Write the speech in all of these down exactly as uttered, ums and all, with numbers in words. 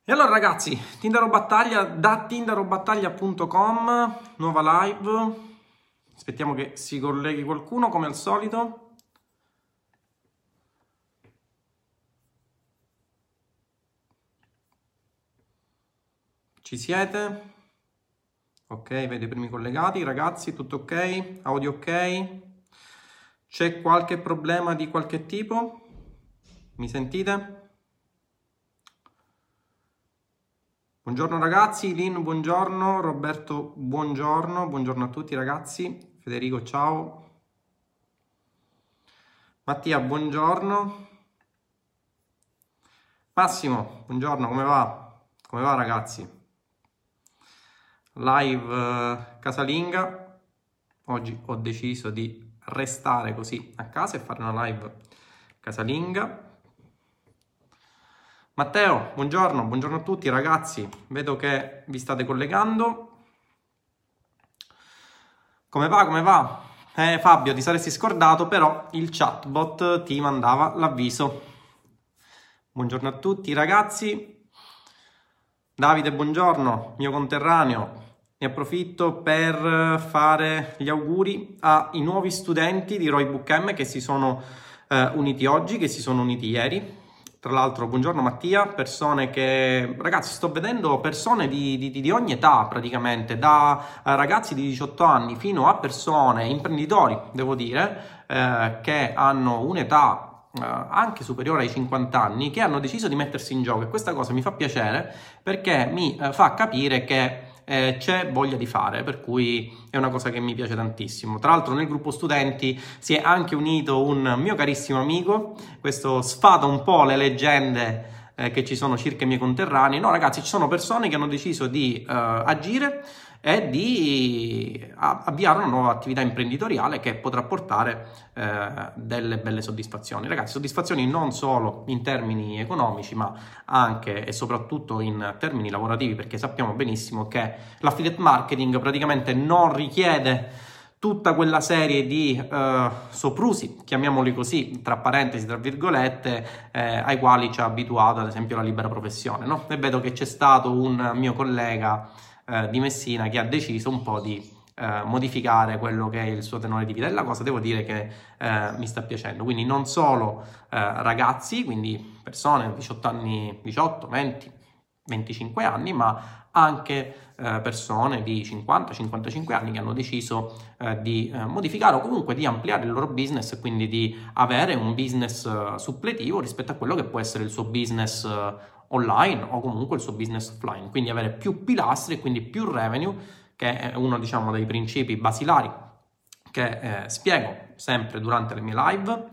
E allora ragazzi, Tindaro Battaglia da tindaro battaglia punto com, nuova live. Aspettiamo che si colleghi qualcuno come al solito. Ci siete? Ok, vedo i primi collegati, ragazzi, tutto ok? Audio ok? C'è qualche problema di qualche tipo? Mi sentite? Buongiorno ragazzi, Lin, buongiorno, Roberto, buongiorno, buongiorno a tutti ragazzi, Federico, ciao, Mattia, buongiorno, Massimo, buongiorno, come va? Come va ragazzi? Live eh, casalinga, oggi ho deciso di restare così a casa e fare una live casalinga. Matteo, buongiorno, buongiorno a tutti ragazzi, vedo che vi state collegando. Come va, come va? Eh, Fabio, ti saresti scordato, però il chatbot ti mandava l'avviso. Buongiorno a tutti ragazzi. Davide, buongiorno, mio conterraneo. Ne approfitto per fare gli auguri ai nuovi studenti di Roybook M che si sono eh, uniti oggi, che si sono uniti ieri. Tra l'altro, buongiorno Mattia, persone che, ragazzi, sto vedendo persone di, di, di ogni età praticamente, da eh, ragazzi di diciotto anni fino a persone, imprenditori, devo dire, eh, che hanno un'età eh, anche superiore ai cinquanta anni, che hanno deciso di mettersi in gioco e questa cosa mi fa piacere perché mi eh, fa capire che Eh, c'è voglia di fare, per cui è una cosa che mi piace tantissimo. Tra l'altro nel gruppo studenti si è anche unito un mio carissimo amico, questo sfada un po' le leggende eh, che ci sono circa i miei conterranei. No ragazzi, ci sono persone che hanno deciso di eh, agire e di avviare una nuova attività imprenditoriale che potrà portare eh, delle belle soddisfazioni. Ragazzi, soddisfazioni non solo in termini economici, ma anche e soprattutto in termini lavorativi, perché sappiamo benissimo che l'affiliate marketing praticamente non richiede tutta quella serie di eh, soprusi, chiamiamoli così, tra parentesi, tra virgolette, eh, ai quali ci ha abituato ad esempio la libera professione, no? E vedo che c'è stato un mio collega eh, di Messina che ha deciso un po' di eh, modificare quello che è il suo tenore di vita e la cosa devo dire che eh, mi sta piacendo. Quindi non solo eh, ragazzi, quindi persone di diciotto anni, diciotto, venti, venticinque anni, ma anche eh, persone di cinquanta cinquantacinque anni che hanno deciso eh, di eh, modificare o comunque di ampliare il loro business e quindi di avere un business eh, suppletivo rispetto a quello che può essere il suo business eh, online o comunque il suo business offline, quindi avere più pilastri e quindi più revenue, che è uno, diciamo, dei principi basilari che eh, spiego sempre durante le mie live,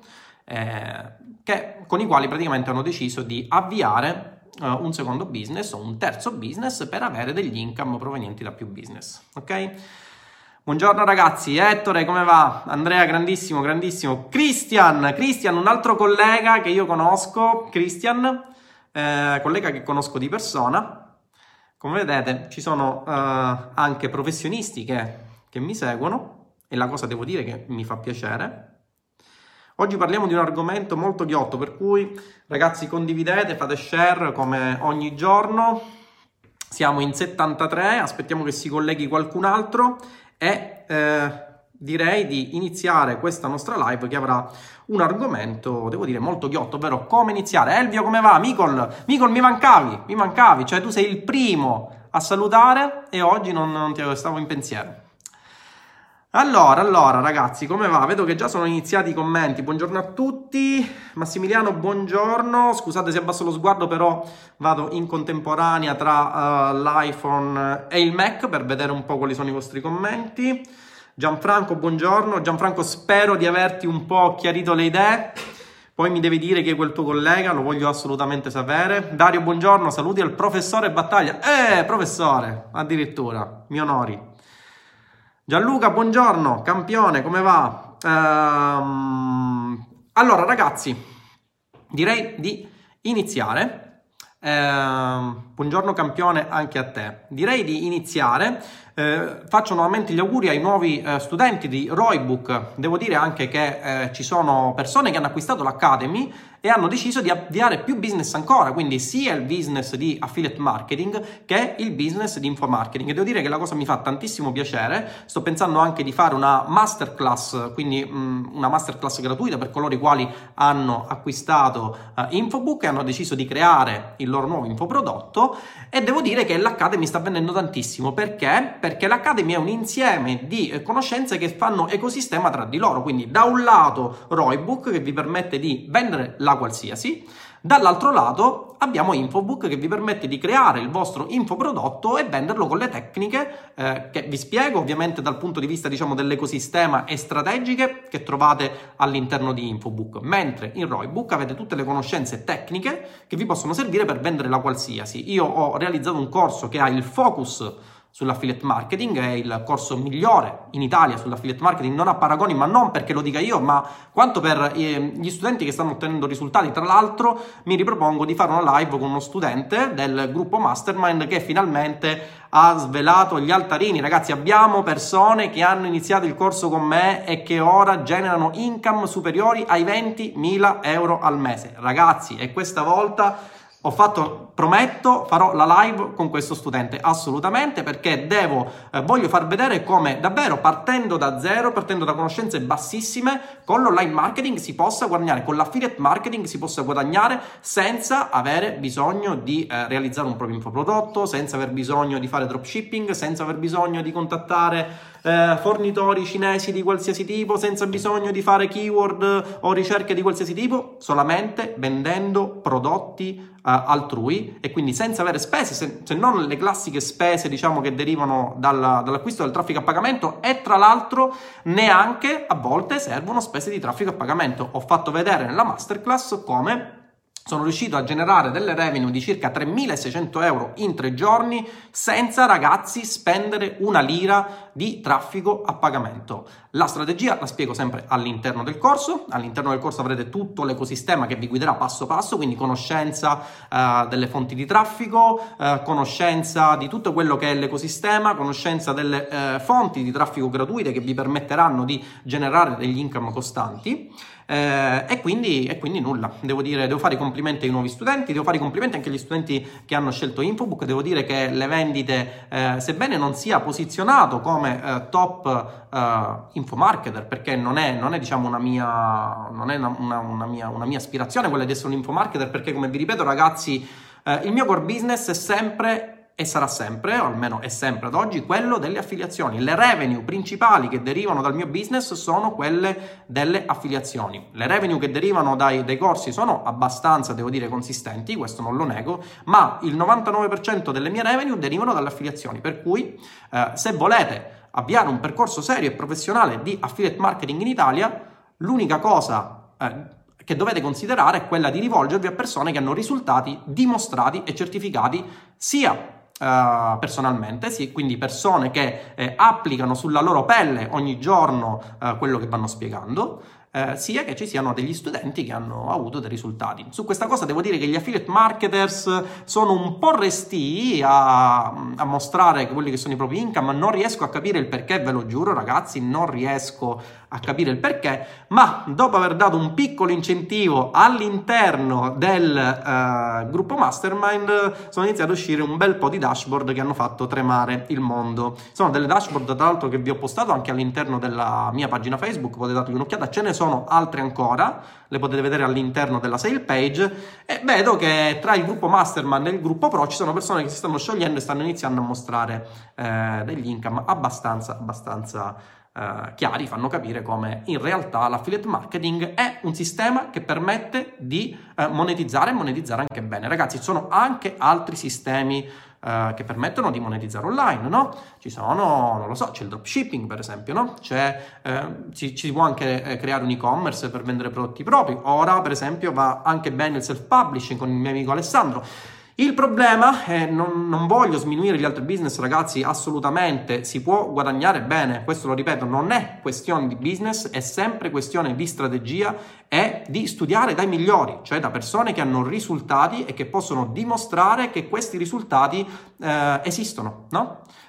eh, che, con i quali praticamente hanno deciso di avviare Uh, un secondo business o un terzo business per avere degli income provenienti da più business, ok? Buongiorno ragazzi, Ettore, come va? Andrea, grandissimo, grandissimo. Christian, Christian, un altro collega che io conosco, Christian, eh, collega che conosco di persona. Come vedete ci sono uh, anche professionisti che, che mi seguono e la cosa devo dire che mi fa piacere. Oggi parliamo di un argomento molto ghiotto, per cui ragazzi condividete, fate share come ogni giorno. Siamo in settantatré, aspettiamo che si colleghi qualcun altro e eh, direi di iniziare questa nostra live che avrà un argomento, devo dire, molto ghiotto, ovvero come iniziare. Elvio, come va? Micol, Micol, mi mancavi, mi mancavi, cioè tu sei il primo a salutare e oggi non, non ti stavo in pensiero. Allora, allora ragazzi, come va? Vedo che già sono iniziati i commenti. Buongiorno a tutti. Massimiliano, buongiorno. Scusate se abbasso lo sguardo, però vado in contemporanea tra uh, l'iPhone e il Mac per vedere un po' quali sono i vostri commenti. Gianfranco, buongiorno. Gianfranco, spero di averti un po' chiarito le idee. Poi mi devi dire che è quel tuo collega, lo voglio assolutamente sapere. Dario, buongiorno. Saluti al professore Battaglia. Eh, professore, addirittura. Mi onori. Gianluca, buongiorno, campione, come va? Ehm, allora, ragazzi, direi di iniziare. Ehm, buongiorno, campione, anche a te. Direi di iniziare. Eh, faccio nuovamente gli auguri ai nuovi eh, studenti di Roybook. Devo dire anche che eh, ci sono persone che hanno acquistato l'Academy e hanno deciso di avviare più business ancora, quindi sia il business di affiliate marketing che il business di infomarketing. E devo dire che la cosa mi fa tantissimo piacere. Sto pensando anche di fare una masterclass, quindi mh, una masterclass gratuita per coloro i quali hanno acquistato uh, Infobook e hanno deciso di creare il loro nuovo infoprodotto, e devo dire che l'Academy sta vendendo tantissimo. Perché? Perché l'Academy è un insieme di eh, conoscenze che fanno ecosistema tra di loro, quindi da un lato Roybook che vi permette di vendere la qualsiasi, dall'altro lato abbiamo Infobook che vi permette di creare il vostro infoprodotto e venderlo con le tecniche eh, che vi spiego, ovviamente dal punto di vista diciamo dell'ecosistema e strategiche che trovate all'interno di Infobook, mentre in Roybook avete tutte le conoscenze tecniche che vi possono servire per vendere la qualsiasi. Io ho realizzato un corso che ha il focus sull'affiliate marketing, è il corso migliore in Italia sull'affiliate marketing, non ha paragoni, ma non perché lo dica io, ma quanto per eh, gli studenti che stanno ottenendo risultati. Tra l'altro mi ripropongo di fare una live con uno studente del gruppo Mastermind che finalmente ha svelato gli altarini. Ragazzi, abbiamo persone che hanno iniziato il corso con me e che ora generano income superiori ai ventimila euro al mese. Ragazzi, e questa volta ho fatto, prometto, farò la live con questo studente, assolutamente, perché devo, eh, voglio far vedere come davvero partendo da zero, partendo da conoscenze bassissime, con l'online marketing si possa guadagnare, con l'affiliate marketing si possa guadagnare senza avere bisogno di eh, realizzare un proprio infoprodotto, senza aver bisogno di fare dropshipping, senza aver bisogno di contattare eh, fornitori cinesi di qualsiasi tipo, senza bisogno di fare keyword o ricerche di qualsiasi tipo, solamente vendendo prodotti altrui, e quindi senza avere spese, se, se non le classiche spese diciamo che derivano dalla, dall'acquisto del traffico a pagamento, e tra l'altro neanche a volte servono spese di traffico a pagamento. Ho fatto vedere nella masterclass come sono riuscito a generare delle revenue di circa tremilaseicento euro in tre giorni senza, ragazzi, spendere una lira di traffico a pagamento. La strategia la spiego sempre all'interno del corso. All'interno del corso avrete tutto l'ecosistema che vi guiderà passo passo, quindi conoscenza eh, delle fonti di traffico, eh, conoscenza di tutto quello che è l'ecosistema, conoscenza delle eh, fonti di traffico gratuite che vi permetteranno di generare degli income costanti. Eh, e, quindi, e quindi nulla, devo dire, devo fare i complimenti ai nuovi studenti, devo fare i complimenti anche agli studenti che hanno scelto Infobook. Devo dire che le vendite, eh, sebbene non sia posizionato come eh, top eh, infomarketer, perché non è, non è diciamo una mia, non è una, una, una, mia, una mia aspirazione quella di essere un infomarketer, perché come vi ripeto, ragazzi, eh, il mio core business è sempre e sarà sempre, o almeno è sempre ad oggi, quello delle affiliazioni. Le revenue principali che derivano dal mio business sono quelle delle affiliazioni. Le revenue che derivano dai, dai corsi sono abbastanza, devo dire, consistenti, questo non lo nego, ma il novantanove per cento delle mie revenue derivano dalle affiliazioni, per cui eh, se volete avviare un percorso serio e professionale di affiliate marketing in Italia, l'unica cosa eh, che dovete considerare è quella di rivolgervi a persone che hanno risultati dimostrati e certificati sia Uh, personalmente, sì, quindi persone che eh, applicano sulla loro pelle ogni giorno uh, quello che vanno spiegando, eh, sia che ci siano degli studenti che hanno avuto dei risultati. Su questa cosa devo dire che gli affiliate marketers sono un po' restii a, a mostrare quelli che sono i propri income. Non riesco a capire il perché, ve lo giuro, ragazzi, non riesco a capire il perché, ma dopo aver dato un piccolo incentivo all'interno del uh, gruppo Mastermind sono iniziati ad uscire un bel po' di dashboard che hanno fatto tremare il mondo. Sono delle dashboard, tra l'altro, che vi ho postato anche all'interno della mia pagina Facebook, potete dargli un'occhiata, ce ne sono altre ancora, le potete vedere all'interno della sale page, e vedo che tra il gruppo Mastermind e il gruppo Pro ci sono persone che si stanno sciogliendo e stanno iniziando a mostrare eh, degli income abbastanza, abbastanza Uh, chiari, fanno capire come in realtà l'affiliate marketing è un sistema che permette di uh, monetizzare e monetizzare anche bene. Ragazzi, ci sono anche altri sistemi uh, che permettono di monetizzare online, no? Ci sono, non lo so, c'è il dropshipping per esempio, no? C'è, uh, ci, ci si può anche uh, creare un e-commerce per vendere prodotti propri. Ora per esempio va anche bene il self-publishing con il mio amico Alessandro. Il problema è, non, non voglio sminuire gli altri business, ragazzi, assolutamente, si può guadagnare bene, questo lo ripeto, non è questione di business, è sempre questione di strategia e di studiare dai migliori, cioè da persone che hanno risultati e che possono dimostrare che questi risultati eh, esistono, no?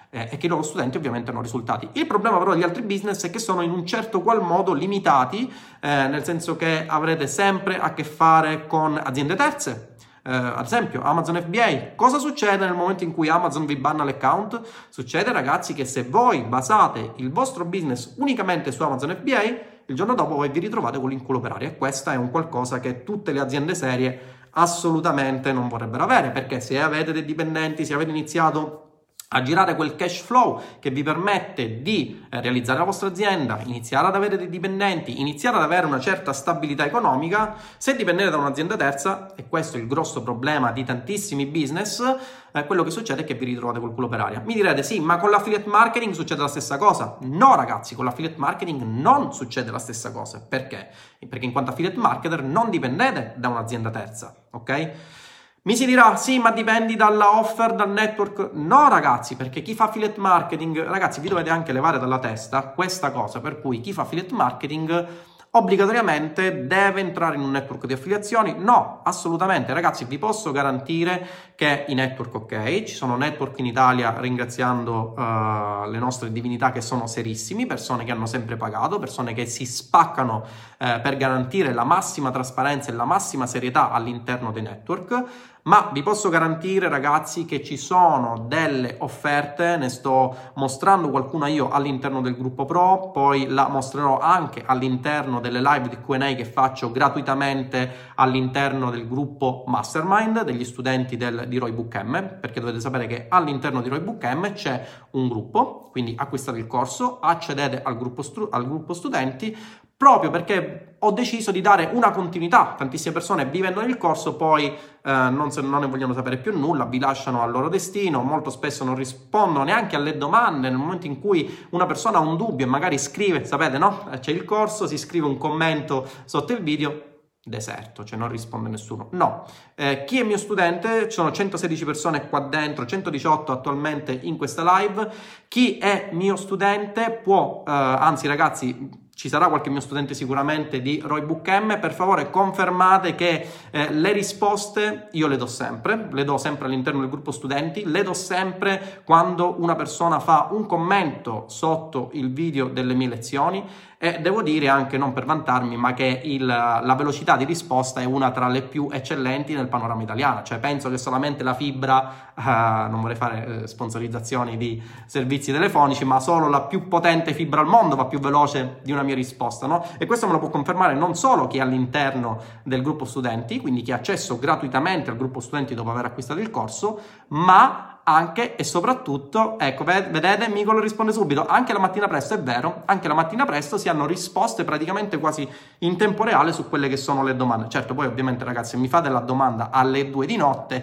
eh, e che i loro studenti ovviamente hanno risultati. Il problema però degli altri business è che sono in un certo qual modo limitati, eh, nel senso che avrete sempre a che fare con aziende terze. Uh, ad esempio Amazon F B A. Cosa succede nel momento in cui Amazon vi banna l'account? Succede, ragazzi, che se voi basate il vostro business unicamente su Amazon F B A, il giorno dopo voi vi ritrovate con l'inculo operario, e questo è un qualcosa che tutte le aziende serie assolutamente non vorrebbero avere, perché se avete dei dipendenti, se avete iniziato a girare quel cash flow che vi permette di eh, realizzare la vostra azienda, iniziare ad avere dei dipendenti, iniziare ad avere una certa stabilità economica, se dipendete da un'azienda terza, e questo è il grosso problema di tantissimi business, eh, quello che succede è che vi ritrovate col culo per aria. Mi direte, sì, ma con l'affiliate marketing succede la stessa cosa? No, ragazzi, con l'affiliate marketing non succede la stessa cosa. Perché? Perché in quanto affiliate marketer non dipendete da un'azienda terza, ok? Mi si dirà, sì, ma dipendi dalla offer, dal network. No, ragazzi, perché chi fa affiliate marketing, ragazzi, vi dovete anche levare dalla testa questa cosa, per cui chi fa affiliate marketing obbligatoriamente deve entrare in un network di affiliazioni? No, assolutamente, ragazzi, vi posso garantire che i network, ok, ci sono network in Italia, ringraziando uh, le nostre divinità che sono serissimi, persone che hanno sempre pagato, persone che si spaccano uh, per garantire la massima trasparenza e la massima serietà all'interno dei network. Ma vi posso garantire, ragazzi, che ci sono delle offerte, ne sto mostrando qualcuna io all'interno del gruppo pro, poi la mostrerò anche all'interno delle live di Q and A che faccio gratuitamente all'interno del gruppo Mastermind degli studenti del, di Roybook M, perché dovete sapere che all'interno di Roybook M c'è un gruppo, quindi acquistate il corso, accedete al gruppo, al gruppo studenti, proprio perché ho deciso di dare una continuità. Tantissime persone vivendo nel corso poi eh, non, se, non ne vogliono sapere più nulla, vi lasciano al loro destino, molto spesso non rispondono neanche alle domande. Nel momento in cui una persona ha un dubbio e magari scrive, sapete, no? C'è il corso, si scrive un commento sotto il video, deserto, cioè non risponde nessuno. No, eh, chi è mio studente, ci sono centosedici persone qua dentro, centodiciotto attualmente in questa live. Chi è mio studente può, eh, anzi ragazzi, ci sarà qualche mio studente sicuramente di Roybook M, per favore confermate che eh, le risposte io le do sempre, le do sempre all'interno del gruppo studenti, le do sempre quando una persona fa un commento sotto il video delle mie lezioni, e devo dire anche, non per vantarmi, ma che il, la velocità di risposta è una tra le più eccellenti nel panorama italiano, cioè penso che solamente la fibra, uh, non vorrei fare uh, sponsorizzazioni di servizi telefonici, ma solo la più potente fibra al mondo va più veloce di una mia risposta, no? E questo me lo può confermare non solo chi è all'interno del gruppo studenti, quindi chi ha accesso gratuitamente al gruppo studenti dopo aver acquistato il corso, ma anche e soprattutto, ecco, vedete, Micolo risponde subito, anche la mattina presto, è vero, anche la mattina presto si hanno risposte praticamente quasi in tempo reale su quelle che sono le domande. Certo, poi ovviamente ragazzi, se mi fate la domanda alle due di notte,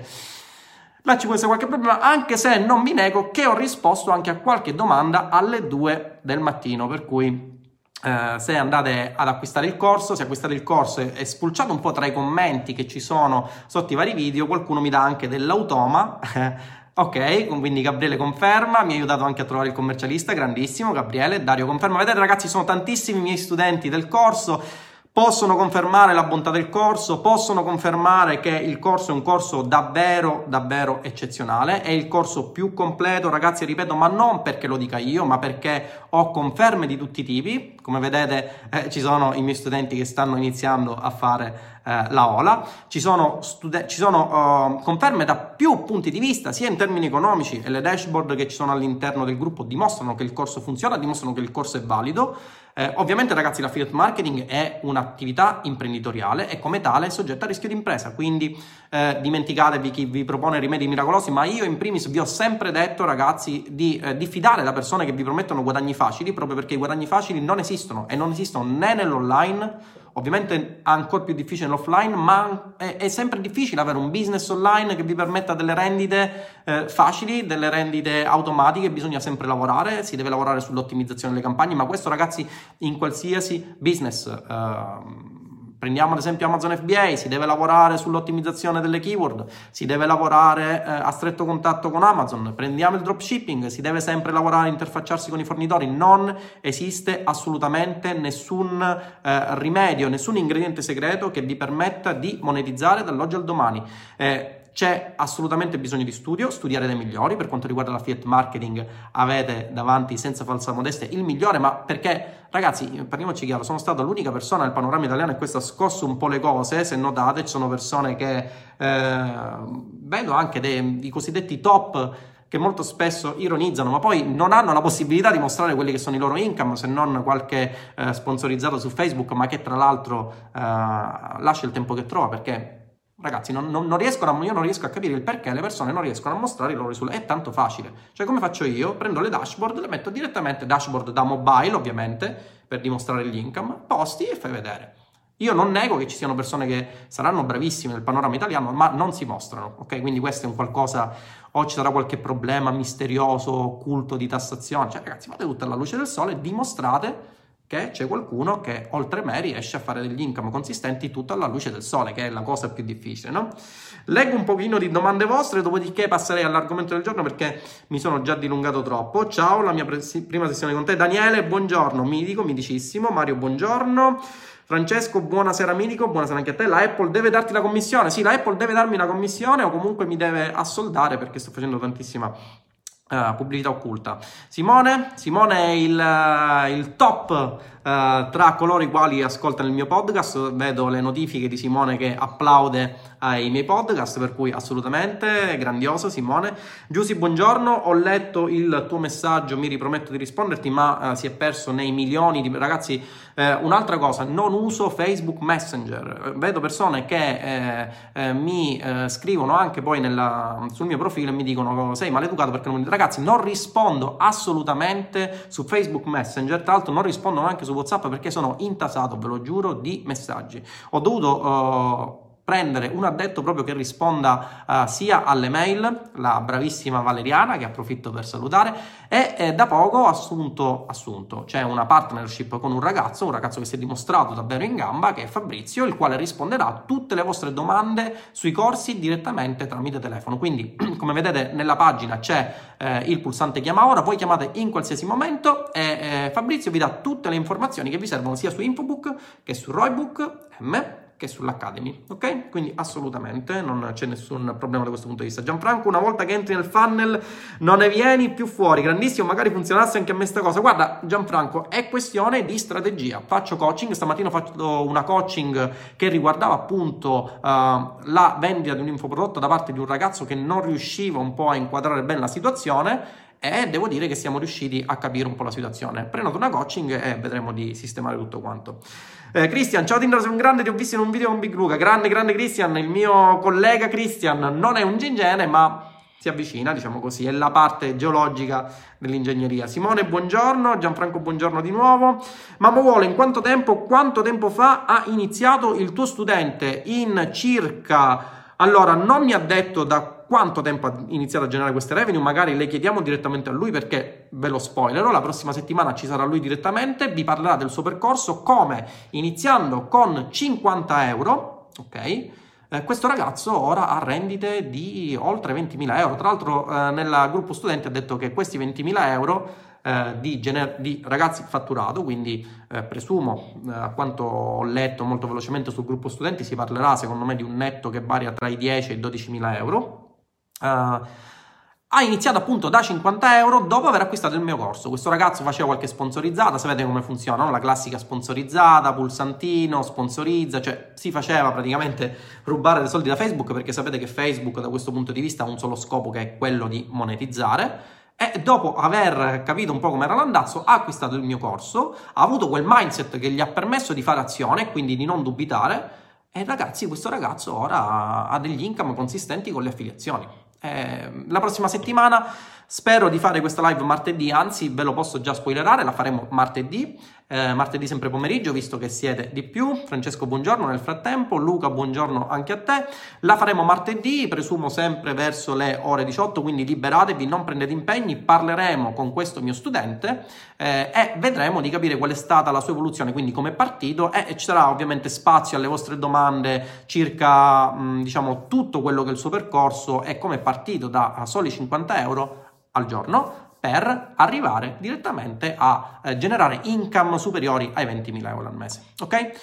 là ci può essere qualche problema, anche se non mi nego che ho risposto anche a qualche domanda alle due del mattino, per cui Uh, se andate ad acquistare il corso, se acquistate il corso e, e spulciate un po' tra i commenti che ci sono sotto i vari video, qualcuno mi dà anche dell'automa. Ok, quindi Gabriele conferma, mi ha aiutato anche a trovare il commercialista, grandissimo Gabriele. Dario conferma. Vedete ragazzi, sono tantissimi miei studenti del corso, possono confermare la bontà del corso, possono confermare che il corso è un corso davvero, davvero eccezionale, è il corso più completo, ragazzi, ripeto, ma non perché lo dica io, ma perché ho conferme di tutti i tipi. Come vedete eh, ci sono i miei studenti che stanno iniziando a fare eh, la ola, ci sono, ci sono uh, conferme da più punti di vista, sia in termini economici, e le dashboard che ci sono all'interno del gruppo dimostrano che il corso funziona, dimostrano che il corso è valido. Eh, ovviamente ragazzi, l'affiliate marketing è un'attività imprenditoriale e come tale è soggetta a rischio di impresa, quindi eh, dimenticatevi chi vi propone rimedi miracolosi, ma io in primis vi ho sempre detto ragazzi di eh, diffidare da persone che vi promettono guadagni facili, proprio perché i guadagni facili non esistono, e non esistono né nell'online, ovviamente ancora più difficile nell'offline, ma è, è sempre difficile avere un business online che vi permetta delle rendite eh, facili, delle rendite automatiche. Bisogna sempre lavorare, si deve lavorare sull'ottimizzazione delle campagne, ma questo ragazzi in qualsiasi business. Uh, prendiamo ad esempio Amazon F B A, si deve lavorare sull'ottimizzazione delle keyword, si deve lavorare eh, a stretto contatto con Amazon. Prendiamo il dropshipping, si deve sempre lavorare, interfacciarsi con i fornitori. Non esiste assolutamente nessun eh, rimedio, nessun ingrediente segreto che vi permetta di monetizzare dall'oggi al domani. Eh, c'è assolutamente bisogno di studio, studiare dai migliori. Per quanto riguarda l'affiliate marketing avete davanti, senza falsa modestia, il migliore, ma perché, ragazzi, parliamoci chiaro, sono stato l'unica persona nel panorama italiano e questo ha scosso un po' le cose. Se notate, ci sono persone che eh, vedo anche dei, i cosiddetti top, che molto spesso ironizzano, ma poi non hanno la possibilità di mostrare quelli che sono i loro income, se non qualche eh, sponsorizzato su Facebook, ma che tra l'altro eh, lascia il tempo che trova, perché, ragazzi, non, non, non riescono a, io non riesco a capire il perché le persone non riescono a mostrare i loro risultati. È tanto facile. Cioè, come faccio io? Prendo le dashboard, le metto direttamente, dashboard da mobile, ovviamente, per dimostrare gli income, posti e fai vedere. Io non nego che ci siano persone che saranno bravissime nel panorama italiano, ma non si mostrano, ok? Quindi questo è un qualcosa, o ci sarà qualche problema misterioso, occulto di tassazione. Cioè, ragazzi, fate tutta alla luce del sole, dimostrate che c'è qualcuno che oltre me riesce a fare degli income consistenti tutto alla luce del sole, che è la cosa più difficile, no? Leggo un pochino di domande vostre, dopodiché passerei all'argomento del giorno perché mi sono già dilungato troppo. Ciao, la mia prima sessione con te. Daniele, buongiorno, Mitico, midicissimo. Mario, buongiorno. Francesco, buonasera Mitico, buonasera anche a te. La Apple deve darti la commissione? Sì, la Apple deve darmi una commissione o comunque mi deve assoldare perché sto facendo tantissima uh, pubblicità occulta. Simone, Simone è il, uh, il top uh, tra coloro i quali ascoltano il mio podcast. Vedo le notifiche di Simone che applaude ai miei podcast, per cui assolutamente grandioso Simone. Giussi, buongiorno, ho letto il tuo messaggio, mi riprometto di risponderti, ma uh, si è perso nei milioni di ragazzi. Eh, un'altra cosa, non uso Facebook Messenger. Vedo persone che eh, eh, mi eh, scrivono anche poi nella, sul mio profilo e mi dicono sei maleducato perché non mi... Ragazzi, non rispondo assolutamente su Facebook Messenger, tra l'altro non rispondo neanche su WhatsApp perché sono intasato, ve lo giuro, di messaggi. Ho dovuto... Uh, prendere un addetto proprio che risponda uh, sia alle mail, la bravissima Valeriana, che approfitto per salutare, e eh, da poco ho assunto, assunto, c'è una partnership con un ragazzo, un ragazzo che si è dimostrato davvero in gamba, che è Fabrizio, il quale risponderà a tutte le vostre domande sui corsi direttamente tramite telefono. Quindi, come vedete nella pagina c'è eh, il pulsante chiama ora, voi chiamate in qualsiasi momento e eh, Fabrizio vi dà tutte le informazioni che vi servono sia su Infobook che su Roybook M, che sull'Academy, ok? Quindi assolutamente non c'è nessun problema da questo punto di vista. Gianfranco, una volta che entri nel funnel non ne vieni più fuori, grandissimo, magari funzionasse anche a me sta cosa. Guarda Gianfranco, è questione di strategia. Faccio coaching, stamattina ho fatto una coaching che riguardava appunto uh, la vendita di un infoprodotto da parte di un ragazzo che non riusciva un po' a inquadrare bene la situazione, e devo dire che siamo riusciti a capire un po' la situazione. Prenoto una coaching e vedremo di sistemare tutto quanto. Eh, Christian, ciao Tindra, sei un grande, ti ho visto in un video con Big Luca. Grande, grande Christian, il mio collega Christian non è un gingene, ma si avvicina, diciamo così, è la parte geologica dell'ingegneria. Simone, buongiorno. Gianfranco, buongiorno di nuovo. Mamma vuole, in quanto tempo, quanto tempo fa ha iniziato il tuo studente? In circa... Allora, non mi ha detto da quanto tempo ha iniziato a generare queste revenue, magari le chiediamo direttamente a lui perché, ve lo spoilerò, la prossima settimana ci sarà lui direttamente, vi parlerà del suo percorso, come iniziando con cinquanta euro, ok? Eh, questo ragazzo ora ha rendite di oltre ventimila euro, tra l'altro eh, nel gruppo studenti ha detto che questi ventimila euro Eh, di, di ragazzi fatturato, quindi eh, presumo, eh, a quanto ho letto molto velocemente sul gruppo studenti, si parlerà secondo me di un netto che varia tra i dieci e i dodicimila euro. Uh, ha iniziato appunto da cinquanta euro dopo aver acquistato il mio corso. Questo ragazzo faceva qualche sponsorizzata, sapete come funziona, no? La classica sponsorizzata, pulsantino, sponsorizza, cioè si faceva praticamente rubare dei soldi da Facebook, perché sapete che Facebook da questo punto di vista ha un solo scopo, che è quello di monetizzare. E dopo aver capito un po' come era l'andazzo, ha acquistato il mio corso, ha avuto quel mindset che gli ha permesso di fare azione, quindi di non dubitare, e ragazzi, questo ragazzo ora ha degli income consistenti con le affiliazioni. Eh, la prossima settimana spero di fare questa live martedì, anzi ve lo posso già spoilerare, la faremo martedì, eh, martedì sempre pomeriggio, visto che siete di più. Francesco, buongiorno nel frattempo. Luca, buongiorno anche a te. La faremo martedì, presumo sempre verso le ore diciotto, quindi liberatevi, non prendete impegni, parleremo con questo mio studente eh, e vedremo di capire qual è stata la sua evoluzione, quindi come è partito, e, e ci sarà ovviamente spazio alle vostre domande circa mh, diciamo tutto quello che è il suo percorso e come è partito da soli cinquanta euro al giorno per arrivare direttamente a eh, generare income superiori ai ventimila euro al mese, ok?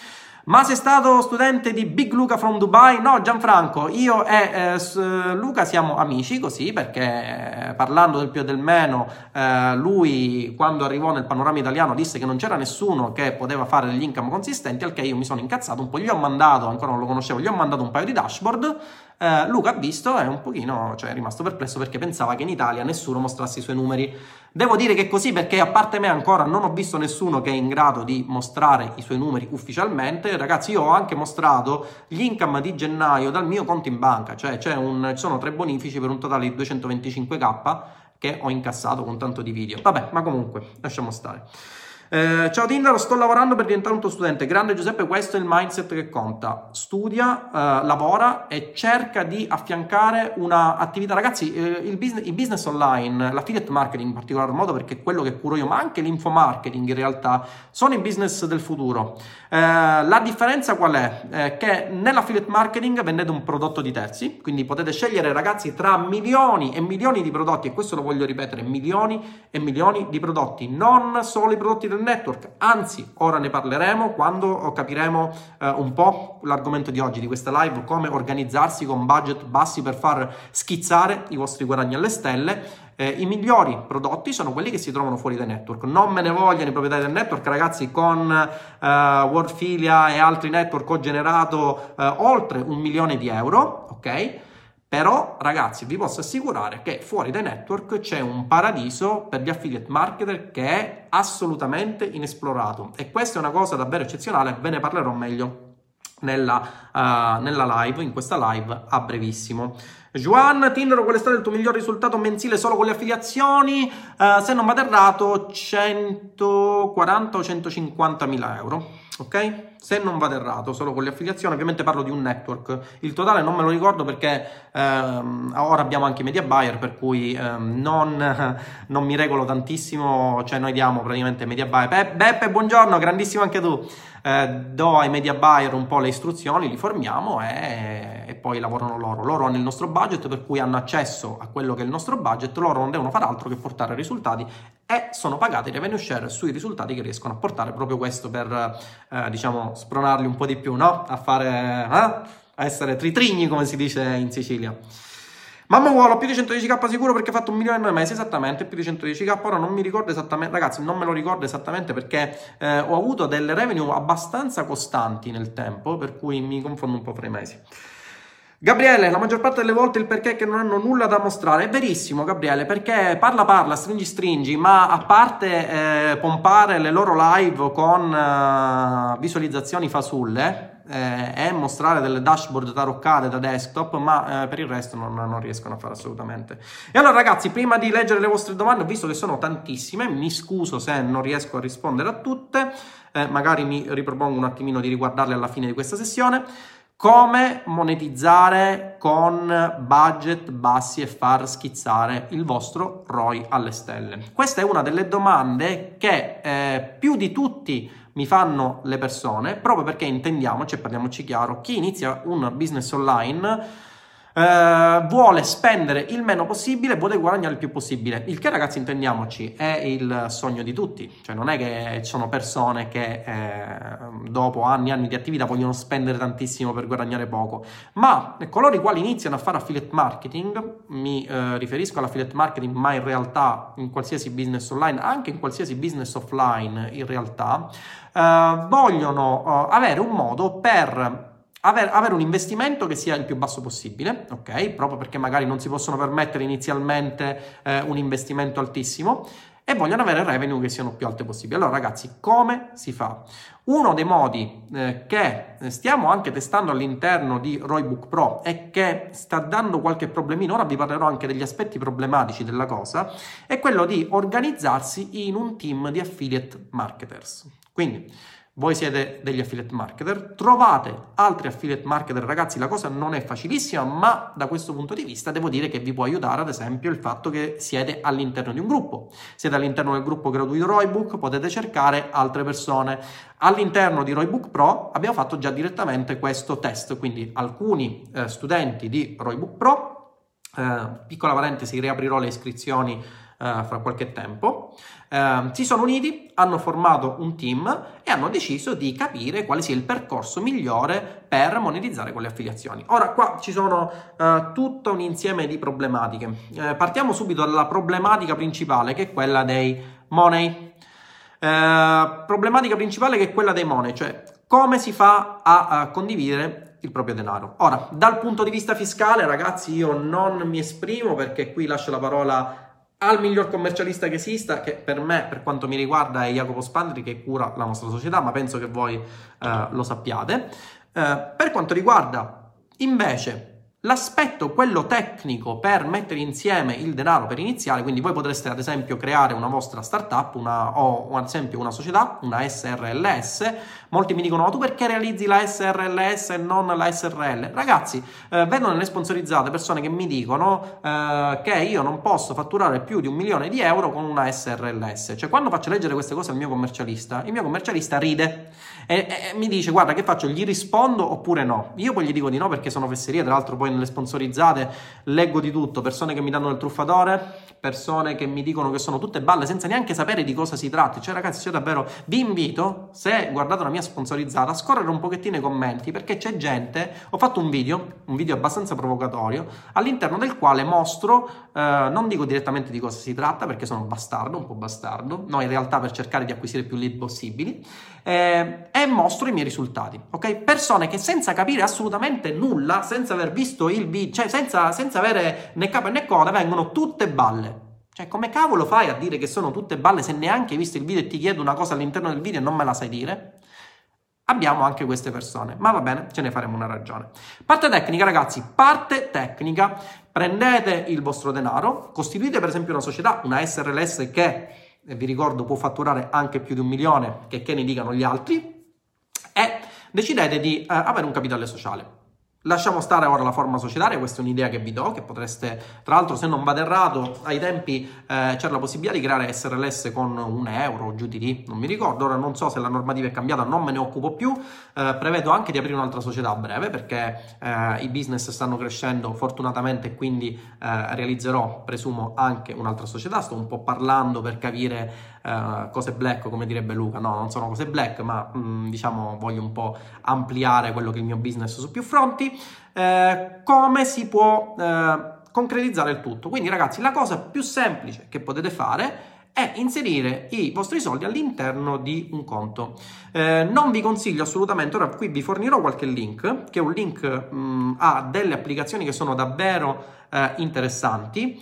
Ma sei stato studente di Big Luca from Dubai? No, Gianfranco, io e eh, Luca siamo amici così, perché eh, parlando del più e del meno, eh, lui quando arrivò nel panorama italiano disse che non c'era nessuno che poteva fare degli income consistenti, al che io mi sono incazzato un po', gli ho mandato, ancora non lo conoscevo, gli ho mandato un paio di dashboard. Uh, Luca ha visto e un pochino, cioè, è rimasto perplesso perché pensava che in Italia nessuno mostrasse i suoi numeri. Devo dire che è così, perché a parte me ancora non ho visto nessuno che è in grado di mostrare i suoi numeri ufficialmente. Ragazzi, io ho anche mostrato gli income di gennaio dal mio conto in banca, cioè c'è un, ci sono tre bonifici per un totale di duecentoventicinque k che ho incassato con tanto di video. Vabbè, ma comunque, lasciamo stare. Eh, ciao Tindaro, sto lavorando per diventare un tuo studente. Grande Giuseppe, questo è il mindset che conta. Studia, eh, lavora e cerca di affiancare una attività. Ragazzi, eh, il, business, il business online, l'affiliate marketing in particolar modo, perché è quello che curo io, ma anche l'infomarketing in realtà, sono i business del futuro. Eh, la differenza qual è? Eh, che nell'affiliate marketing vendete un prodotto di terzi, quindi potete scegliere, ragazzi, tra milioni e milioni di prodotti, e questo lo voglio ripetere, milioni e milioni di prodotti, non solo i prodotti del network, anzi ora ne parleremo quando capiremo eh, un po' l'argomento di oggi di questa live, come organizzarsi con budget bassi per far schizzare i vostri guadagni alle stelle. Eh, i migliori prodotti sono quelli che si trovano fuori dai network, non me ne vogliano i proprietari del network, ragazzi. Con eh, Wordfilia e altri network ho generato eh, oltre un milione di euro, ok? Però, ragazzi, vi posso assicurare che fuori dai network c'è un paradiso per gli affiliate marketer che è assolutamente inesplorato. E questa è una cosa davvero eccezionale, ve ne parlerò meglio nella, uh, nella live, in questa live a brevissimo. Juan, Tindaro, qual è stato il tuo miglior risultato mensile solo con le affiliazioni? Uh, se non vado errato, centoquaranta o centocinquanta mila euro. Ok? Se non vado errato, solo con le affiliazioni, ovviamente parlo di un network. Il totale non me lo ricordo perché ehm, ora abbiamo anche i media buyer, per cui ehm, non, non mi regolo tantissimo, cioè noi diamo praticamente media buyer. Be Beppe, buongiorno, grandissimo anche tu. Eh, do ai media buyer un po' le istruzioni, li formiamo e, e poi lavorano loro. Loro hanno il nostro budget, per cui hanno accesso a quello che è il nostro budget, loro non devono fare altro che portare risultati e sono pagati revenue share sui risultati che riescono a portare. Proprio questo per, eh, diciamo, spronarli un po' di più, no? A fare, eh? a essere tritrigni, come si dice in Sicilia. Mamma vuole più di centodieci k sicuro perché ha fatto un milione e nove mesi, esattamente, più di centodieci k. Ora non mi ricordo esattamente, ragazzi, non me lo ricordo esattamente perché eh, ho avuto delle revenue abbastanza costanti nel tempo, per cui mi confondo un po' fra i mesi. Gabriele, la maggior parte delle volte il perché è che non hanno nulla da mostrare. È verissimo, Gabriele, perché parla parla, stringi stringi, ma a parte eh, pompare le loro live con eh, visualizzazioni fasulle eh, e mostrare delle dashboard taroccate da desktop, ma eh, per il resto non, non riescono a fare assolutamente. E allora, ragazzi, prima di leggere le vostre domande, ho visto che sono tantissime, mi scuso se non riesco a rispondere a tutte, eh, magari mi ripropongo un attimino di riguardarle alla fine di questa sessione. Come monetizzare con budget bassi e far schizzare il vostro R O I alle stelle? Questa è una delle domande che eh, più di tutti mi fanno le persone, proprio perché intendiamoci e parliamoci chiaro, chi inizia un business online Uh, vuole spendere il meno possibile, vuole guadagnare il più possibile, il che, ragazzi, intendiamoci, è il sogno di tutti. Cioè non è che ci sono persone che eh, dopo anni e anni di attività vogliono spendere tantissimo per guadagnare poco, ma coloro i quali iniziano a fare affiliate marketing, mi eh, riferisco all'affiliate marketing, ma in realtà in qualsiasi business online, anche in qualsiasi business offline in realtà, eh, vogliono eh, avere un modo per avere un investimento che sia il più basso possibile, ok? Proprio perché magari non si possono permettere inizialmente eh, un investimento altissimo e vogliono avere revenue che siano più alte possibili. Allora, ragazzi, come si fa? Uno dei modi eh, che stiamo anche testando all'interno di Roybook Pro e che sta dando qualche problemino, ora vi parlerò anche degli aspetti problematici della cosa, è quello di organizzarsi in un team di affiliate marketers. Quindi voi siete degli affiliate marketer, trovate altri affiliate marketer, ragazzi, la cosa non è facilissima, ma da questo punto di vista devo dire che vi può aiutare, ad esempio, il fatto che siete all'interno di un gruppo. Siete all'interno del gruppo gratuito Roybook, potete cercare altre persone. All'interno di Roybook Pro abbiamo fatto già direttamente questo test, quindi alcuni eh, studenti di Roybook Pro, eh, piccola parentesi, riaprirò le iscrizioni eh, fra qualche tempo, eh, si sono uniti, hanno formato un team e hanno deciso di capire quale sia il percorso migliore per monetizzare quelle affiliazioni. Ora, qua ci sono eh, tutto un insieme di problematiche. Eh, partiamo subito dalla problematica principale, che è quella dei money. Eh, problematica principale che è quella dei money, cioè come si fa a, a condividere il proprio denaro. Ora, dal punto di vista fiscale, ragazzi, io non mi esprimo perché qui lascio la parola al miglior commercialista che esista, che per me, per quanto mi riguarda, è Jacopo Spandri, che cura la nostra società, ma penso che voi eh, lo sappiate. Eh, per quanto riguarda invece l'aspetto, quello tecnico, per mettere insieme il denaro per iniziare, quindi voi potreste ad esempio creare una vostra startup una, o ad esempio una società, una S R L S. Molti mi dicono: ma tu perché realizzi la S R L S e non la S R L? Ragazzi, eh, vedo nelle sponsorizzate persone che mi dicono eh, che io non posso fatturare più di un milione di euro con una S R L S. Cioè, quando faccio leggere queste cose al mio commercialista, il mio commercialista ride e, e mi dice: guarda, che faccio? Gli rispondo oppure no? Io poi gli dico di no, perché sono fesserie. Tra l'altro poi nelle sponsorizzate leggo di tutto: persone che mi danno del truffatore, persone che mi dicono che sono tutte balle senza neanche sapere di cosa si tratti. Cioè, ragazzi, io davvero vi invito, se guardate una mia sponsorizzata, a scorrere un pochettino i commenti, perché c'è gente. Ho fatto un video, un video abbastanza provocatorio, all'interno del quale mostro, eh, non dico direttamente di cosa si tratta, perché sono bastardo, un po' bastardo, no, in realtà per cercare di acquisire più lead possibili, eh, e mostro i miei risultati, ok? Persone che senza capire assolutamente nulla, senza aver visto il video, cioè senza, senza avere né capo né coda, vengono tutte balle. Cioè, come cavolo fai a dire che sono tutte balle se neanche hai visto il video e ti chiedo una cosa all'interno del video e non me la sai dire? Abbiamo anche queste persone, ma va bene, ce ne faremo una ragione. Parte tecnica, ragazzi, parte tecnica. Prendete il vostro denaro, costituite per esempio una società, una S R L S che, vi ricordo, può fatturare anche più di un milione, che, che ne dicano gli altri, e decidete di eh, avere un capitale sociale. Lasciamo stare ora la forma societaria, questa è un'idea che vi do, che potreste, tra l'altro, se non vado errato, ai tempi eh, c'era la possibilità di creare S R L S con un euro o giù di lì, non mi ricordo, ora non so se la normativa è cambiata, non me ne occupo più, eh, prevedo anche di aprire un'altra società a breve, perché eh, i business stanno crescendo fortunatamente e quindi eh, realizzerò, presumo, anche un'altra società. Sto un po' parlando per capire Uh, cose black, come direbbe Luca. No, non sono cose black, ma mh, diciamo voglio un po' ampliare quello che è il mio business su più fronti. Eh, come si può eh, concretizzare il tutto? Quindi, ragazzi, la cosa più semplice che potete fare è inserire i vostri soldi all'interno di un conto. Eh, non vi consiglio assolutamente, ora qui vi fornirò qualche link, che è un link mh, a delle applicazioni che sono davvero eh, interessanti.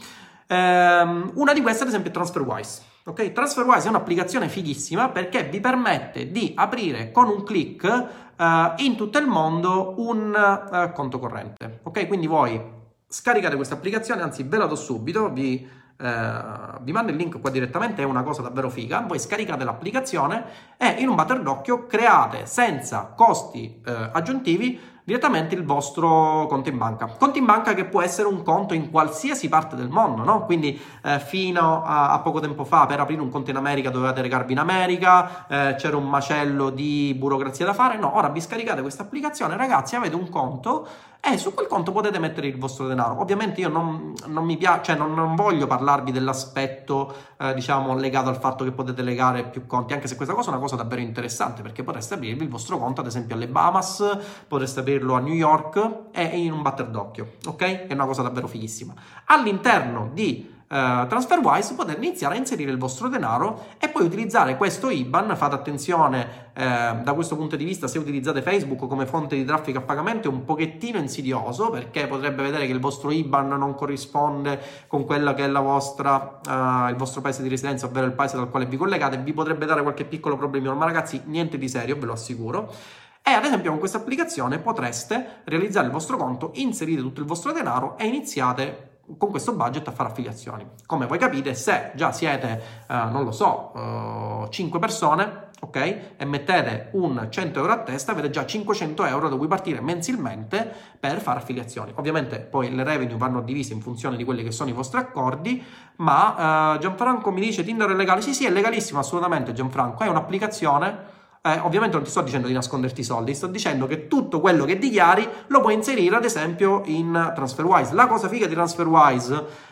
Eh, una di queste, ad esempio, è TransferWise. Ok, TransferWise è un'applicazione fighissima perché vi permette di aprire con un click uh, in tutto il mondo un uh, conto corrente. Ok, quindi voi scaricate questa applicazione, anzi ve la do subito, vi, uh, vi mando il link qua direttamente, è una cosa davvero figa. Voi scaricate l'applicazione e in un batter d'occhio create senza costi uh, aggiuntivi direttamente il vostro conto in banca. Conto in banca che può essere un conto in qualsiasi parte del mondo, no? Quindi eh, fino a, a poco tempo fa, per aprire un conto in America dovevate recarvi in America, eh, c'era un macello di burocrazia da fare. No, ora vi scaricate questa applicazione, ragazzi, avete un conto e su quel conto potete mettere il vostro denaro. Ovviamente io non, non mi piace, cioè non, non voglio parlarvi dell'aspetto eh, diciamo legato al fatto che potete legare più conti, anche se questa cosa è una cosa davvero interessante, perché potreste aprirvi il vostro conto ad esempio alle Bahamas, potreste aprirlo a New York e in un batter d'occhio, ok? È una cosa davvero fighissima. All'interno di Uh, TransferWise potete iniziare a inserire il vostro denaro e poi utilizzare questo I B A N. Fate attenzione eh, da questo punto di vista, se utilizzate Facebook come fonte di traffico a pagamento è un pochettino insidioso, perché potrebbe vedere che il vostro I B A N non corrisponde con quella che è la vostra, uh, il vostro paese di residenza, ovvero il paese dal quale vi collegate. Vi potrebbe dare qualche piccolo problemino, ma ragazzi, niente di serio, ve lo assicuro. E ad esempio con questa applicazione potreste realizzare il vostro conto, inserite tutto il vostro denaro e iniziate con questo budget a fare affiliazioni. Come voi capite, se già siete, eh, non lo so, uh, cinque persone, ok, e mettete un cento euro a testa, avete già cinquecento euro da cui partire mensilmente per fare affiliazioni. Ovviamente poi le revenue vanno divise in funzione di quelli che sono i vostri accordi, ma uh, Gianfranco mi dice Tinder è legale? Sì, sì, è legalissimo, assolutamente Gianfranco, è un'applicazione. Eh, ovviamente non ti sto dicendo di nasconderti i soldi, sto dicendo che tutto quello che dichiari lo puoi inserire ad esempio in TransferWise. La cosa figa di TransferWise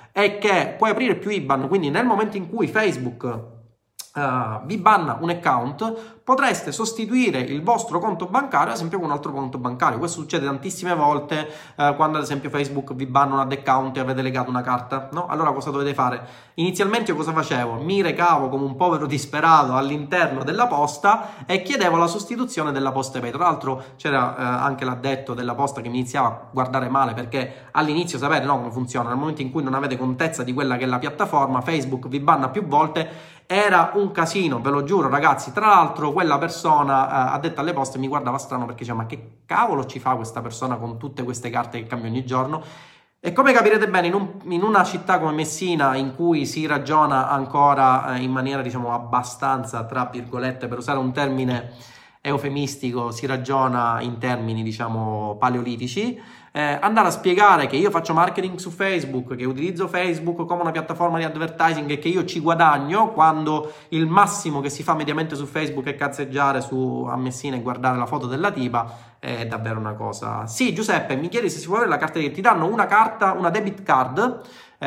è che puoi aprire più I B A N, quindi nel momento in cui Facebook Uh, vi banna un account, potreste sostituire il vostro conto bancario ad esempio con un altro conto bancario. Questo succede tantissime volte uh, quando ad esempio Facebook vi banna un ad account e avete legato una carta, no? Allora cosa dovete fare? Inizialmente io cosa facevo? Mi recavo come un povero disperato all'interno della posta e chiedevo la sostituzione della PostePay. Tra l'altro c'era uh, anche l'addetto della posta che mi iniziava a guardare male, perché all'inizio sapete, no, come funziona, nel momento in cui non avete contezza di quella che è la piattaforma, Facebook vi banna più volte. Era un casino, ve lo giuro ragazzi. Tra l'altro quella persona eh, addetta alle poste mi guardava strano perché diceva: ma che cavolo ci fa questa persona con tutte queste carte che cambia ogni giorno? E come capirete bene, in, un, in una città come Messina, in cui si ragiona ancora eh, in maniera diciamo abbastanza, tra virgolette, per usare un termine eufemistico, si ragiona in termini diciamo paleolitici, eh, andare a spiegare che io faccio marketing su Facebook, che utilizzo Facebook come una piattaforma di advertising e che io ci guadagno, quando il massimo che si fa mediamente su Facebook è cazzeggiare su a Messina e guardare la foto della tipa, è davvero una cosa. Sì, Giuseppe, mi chiedi se si può avere la carta che ti danno una carta, una debit card.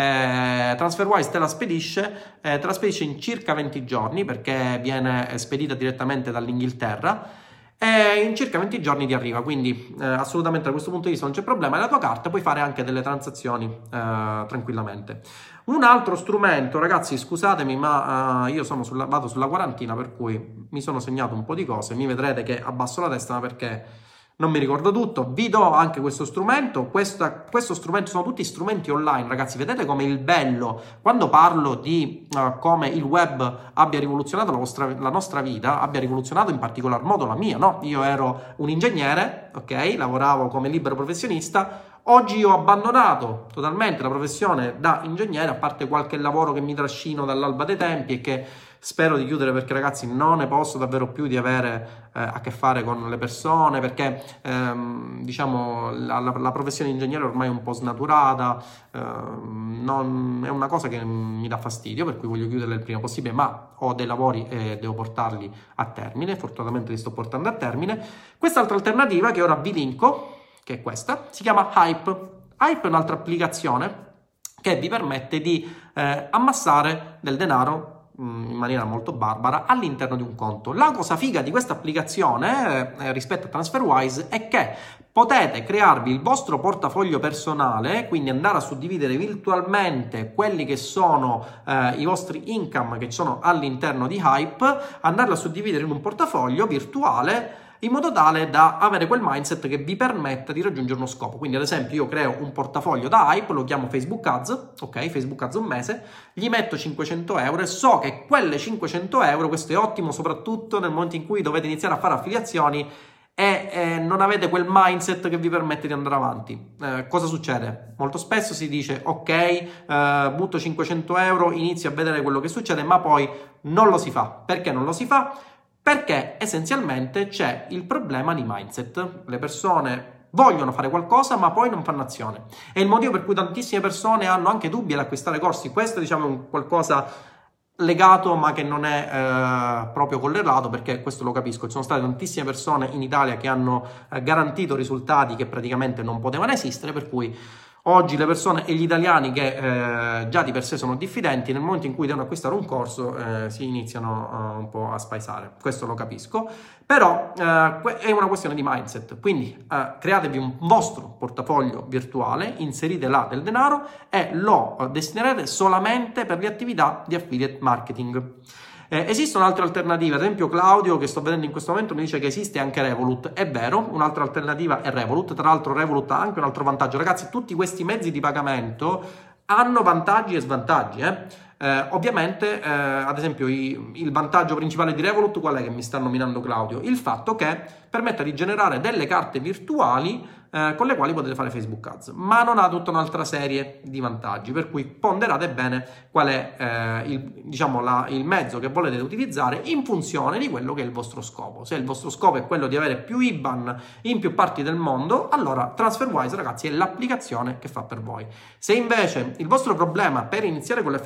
Eh, TransferWise te la spedisce, eh, te la spedisce in circa venti giorni, perché viene spedita direttamente dall'Inghilterra e in circa venti giorni ti arriva, quindi eh, assolutamente da questo punto di vista non c'è problema. E la tua carta puoi fare anche delle transazioni eh, tranquillamente. Un altro strumento, ragazzi, scusatemi, ma uh, io sono sulla, vado sulla quarantina, per cui mi sono segnato un po' di cose, mi vedrete che abbasso la testa, ma perché non mi ricordo tutto. Vi do anche questo strumento. Questa, questo strumento sono tutti strumenti online, ragazzi. Vedete come il bello, quando parlo di uh, come il web abbia rivoluzionato la, vostra, la nostra vita, abbia rivoluzionato in particolar modo la mia, no? Io ero un ingegnere, ok? Lavoravo come libero professionista. Oggi ho abbandonato totalmente la professione da ingegnere, a parte qualche lavoro che mi trascino dall'alba dei tempi e che spero di chiudere, perché ragazzi non ne posso davvero più di avere eh, a che fare con le persone, perché ehm, diciamo la, la, la professione di ingegnere ormai è un po' snaturata, ehm, non, è una cosa che mi dà fastidio, per cui voglio chiuderla il prima possibile, ma ho dei lavori e devo portarli a termine. Fortunatamente li sto portando a termine. Quest'altra alternativa che ora vi linko, che è questa, si chiama Hype. Hype è un'altra applicazione che vi permette di eh, ammassare del denaro in maniera molto barbara all'interno di un conto. La cosa figa di questa applicazione eh, rispetto a TransferWise è che potete crearvi il vostro portafoglio personale, quindi andare a suddividere virtualmente quelli che sono eh, i vostri income che sono all'interno di Hype, andarla a suddividere in un portafoglio virtuale, in modo tale da avere quel mindset che vi permetta di raggiungere uno scopo. Quindi ad esempio io creo un portafoglio da Hype, lo chiamo Facebook Ads, ok, Facebook Ads un mese, gli metto cinquecento euro e so che quelle cinquecento euro, questo è ottimo soprattutto nel momento in cui dovete iniziare a fare affiliazioni e eh, non avete quel mindset che vi permette di andare avanti. Eh, cosa succede? Molto spesso si dice ok, eh, butto cinquecento euro, inizio a vedere quello che succede, ma poi non lo si fa. Perché non lo si fa? Perché essenzialmente c'è il problema di mindset. Le persone vogliono fare qualcosa ma poi non fanno azione. È il motivo per cui tantissime persone hanno anche dubbi ad acquistare corsi. Questo diciamo è un qualcosa legato ma che non è eh, proprio correlato, perché questo lo capisco. Ci sono state tantissime persone in Italia che hanno eh, garantito risultati che praticamente non potevano esistere, per cui oggi le persone e gli italiani che eh, già di per sé sono diffidenti, nel momento in cui devono acquistare un corso eh, si iniziano uh, un po' a spaesare. Questo lo capisco, però eh, è una questione di mindset. Quindi eh, createvi un vostro portafoglio virtuale, inserite là del denaro e lo eh, destinerete solamente per le attività di affiliate marketing. Eh, esistono altre alternative, ad esempio Claudio, che sto vedendo in questo momento, mi dice che esiste anche Revolut. È vero, un'altra alternativa è Revolut. Tra l'altro Revolut ha anche un altro vantaggio. Ragazzi, tutti questi mezzi di pagamento hanno vantaggi e svantaggi. Eh? Eh, ovviamente, eh, ad esempio, i, il vantaggio principale di Revolut qual è, che mi sta nominando Claudio? Il fatto che permette di generare delle carte virtuali eh, con le quali potete fare Facebook Ads, ma non ha tutta un'altra serie di vantaggi, per cui ponderate bene qual è eh, il, diciamo, la, il mezzo che volete utilizzare in funzione di quello che è il vostro scopo. Se il vostro scopo è quello di avere più I B A N in più parti del mondo, allora TransferWise, ragazzi, è l'applicazione che fa per voi. Se invece il vostro problema per iniziare con le affiliazioni è un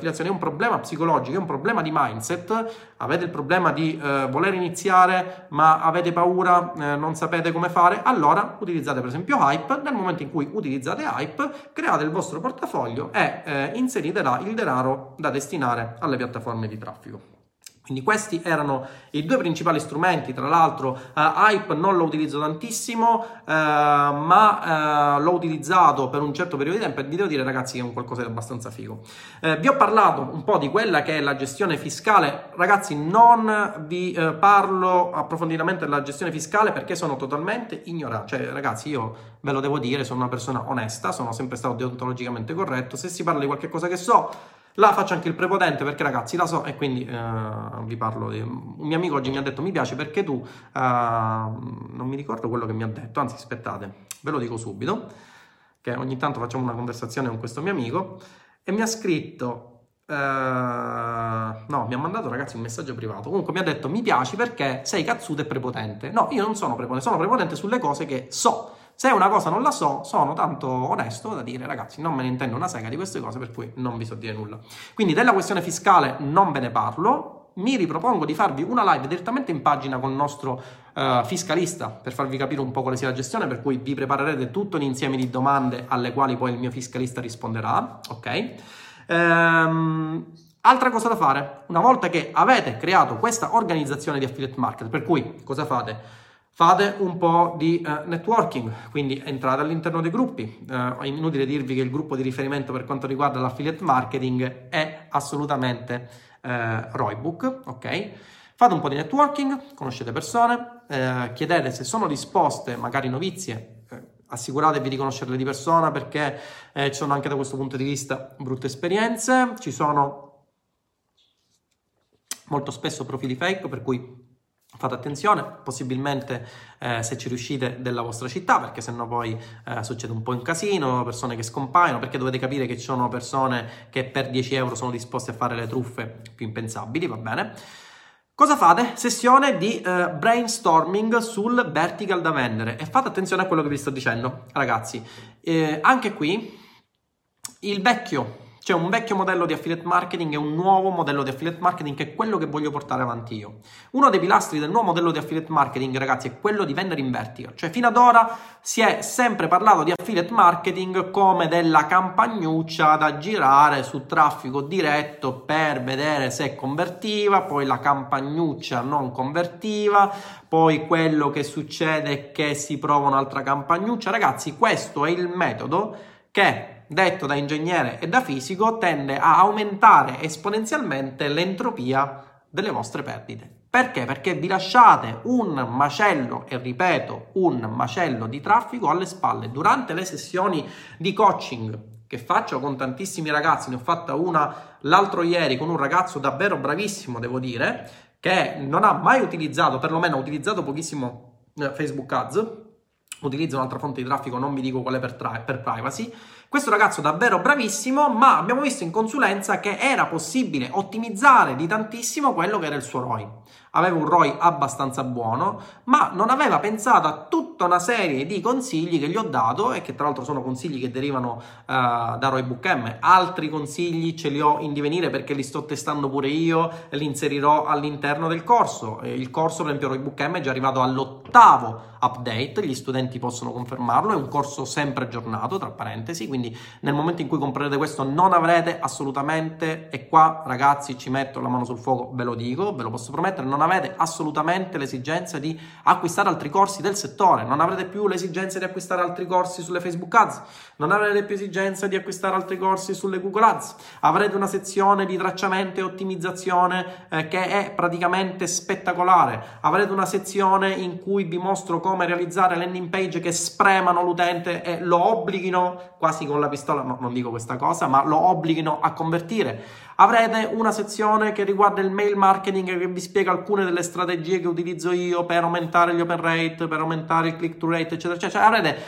problema psicologico, è un problema di mindset, avete il problema di eh, voler iniziare ma avete paura, eh, non sapete come fare, allora utilizzate per esempio Hype. Nel momento in cui utilizzate Hype, create il vostro portafoglio e eh, inserite là il denaro da destinare alle piattaforme di traffico. Quindi questi erano i due principali strumenti. Tra l'altro uh, Hype non lo utilizzo tantissimo, uh, ma uh, l'ho utilizzato per un certo periodo di tempo e vi devo dire, ragazzi, che è un qualcosa di abbastanza figo. Uh, vi ho parlato un po' di quella che è la gestione fiscale. Ragazzi, non vi uh, parlo approfonditamente della gestione fiscale perché sono totalmente ignorante. Cioè, ragazzi, io ve lo devo dire, sono una persona onesta, sono sempre stato deontologicamente corretto. Se si parla di qualche cosa che so, la faccio anche il prepotente perché, ragazzi, la so, e quindi uh, vi parlo di... Un mio amico oggi mi ha detto mi piace perché tu, uh, non mi ricordo quello che mi ha detto, anzi aspettate, ve lo dico subito, che ogni tanto facciamo una conversazione con questo mio amico, e mi ha scritto, uh, no, mi ha mandato, ragazzi, un messaggio privato, comunque mi ha detto mi piaci perché sei cazzuto e prepotente. No, io non sono prepotente, sono prepotente sulle cose che so. Se una cosa non la so, sono tanto onesto da dire, ragazzi, non me ne intendo una sega di queste cose, per cui non vi so dire nulla. Quindi della questione fiscale non ve ne parlo, mi ripropongo di farvi una live direttamente in pagina con il nostro uh, fiscalista, per farvi capire un po' quale sia la gestione, per cui vi preparerete tutto un insieme di domande alle quali poi il mio fiscalista risponderà, ok? Ehm... Altra cosa da fare, una volta che avete creato questa organizzazione di affiliate market, per cui cosa fate? Fate un po' di uh, networking, quindi entrate all'interno dei gruppi. Uh, è inutile dirvi che il gruppo di riferimento per quanto riguarda l'affiliate marketing è assolutamente uh, Roybook, ok? Fate un po' di networking, conoscete persone, uh, chiedete se sono disposte, magari novizie, uh, assicuratevi di conoscerle di persona perché uh, ci sono anche da questo punto di vista brutte esperienze, ci sono molto spesso profili fake, per cui fate attenzione, possibilmente eh, se ci riuscite della vostra città, perché sennò poi eh, succede un po' un casino, persone che scompaiono, perché dovete capire che ci sono persone che per dieci euro sono disposte a fare le truffe più impensabili, va bene? Cosa fate? Sessione di eh, brainstorming sul vertical da vendere, e fate attenzione a quello che vi sto dicendo, ragazzi. Eh, anche qui il vecchio C'è un vecchio modello di affiliate marketing e un nuovo modello di affiliate marketing, che è quello che voglio portare avanti io. Uno dei pilastri del nuovo modello di affiliate marketing, ragazzi, è quello di vendere in vertical. Cioè, fino ad ora si è sempre parlato di affiliate marketing come della campagnuccia da girare su traffico diretto per vedere se convertiva, poi la campagnuccia non convertiva, poi quello che succede è che si prova un'altra campagnuccia. Ragazzi, questo è il metodo che, detto da ingegnere e da fisico, tende a aumentare esponenzialmente l'entropia delle vostre perdite. Perché? Perché vi lasciate un macello, e ripeto, un macello di traffico alle spalle. Durante le sessioni di coaching che faccio con tantissimi ragazzi, ne ho fatta una l'altro ieri con un ragazzo davvero bravissimo, devo dire, che non ha mai utilizzato, perlomeno ha utilizzato pochissimo Facebook Ads, utilizza un'altra fonte di traffico, non vi dico quale per, per privacy. Questo ragazzo davvero bravissimo, ma abbiamo visto in consulenza che era possibile ottimizzare di tantissimo quello che era il suo R O I. Aveva un R O I abbastanza buono, ma non aveva pensato a tutta una serie di consigli che gli ho dato, e che tra l'altro sono consigli che derivano uh, da Roybook M. Altri consigli ce li ho in divenire perché li sto testando pure io, li inserirò all'interno del corso. Il corso, per esempio, Roybook M è già arrivato all'ottavo update, gli studenti possono confermarlo, è un corso sempre aggiornato, tra parentesi, quindi nel momento in cui comprerete questo non avrete assolutamente, e qua ragazzi ci metto la mano sul fuoco, ve lo dico, ve lo posso promettere, non avete assolutamente l'esigenza di acquistare altri corsi del settore, non avrete più l'esigenza di acquistare altri corsi sulle Facebook Ads, non avrete più esigenza di acquistare altri corsi sulle Google Ads, avrete una sezione di tracciamento e ottimizzazione eh, che è praticamente spettacolare, avrete una sezione in cui vi mostro come realizzare landing page che spremano l'utente e lo obblighino, quasi con la pistola, no, non dico questa cosa, ma lo obblighino a convertire. Avrete una sezione che riguarda il mail marketing, che vi spiega alcune delle strategie che utilizzo io per aumentare gli open rate, per aumentare il click to rate, eccetera, eccetera. Cioè, avrete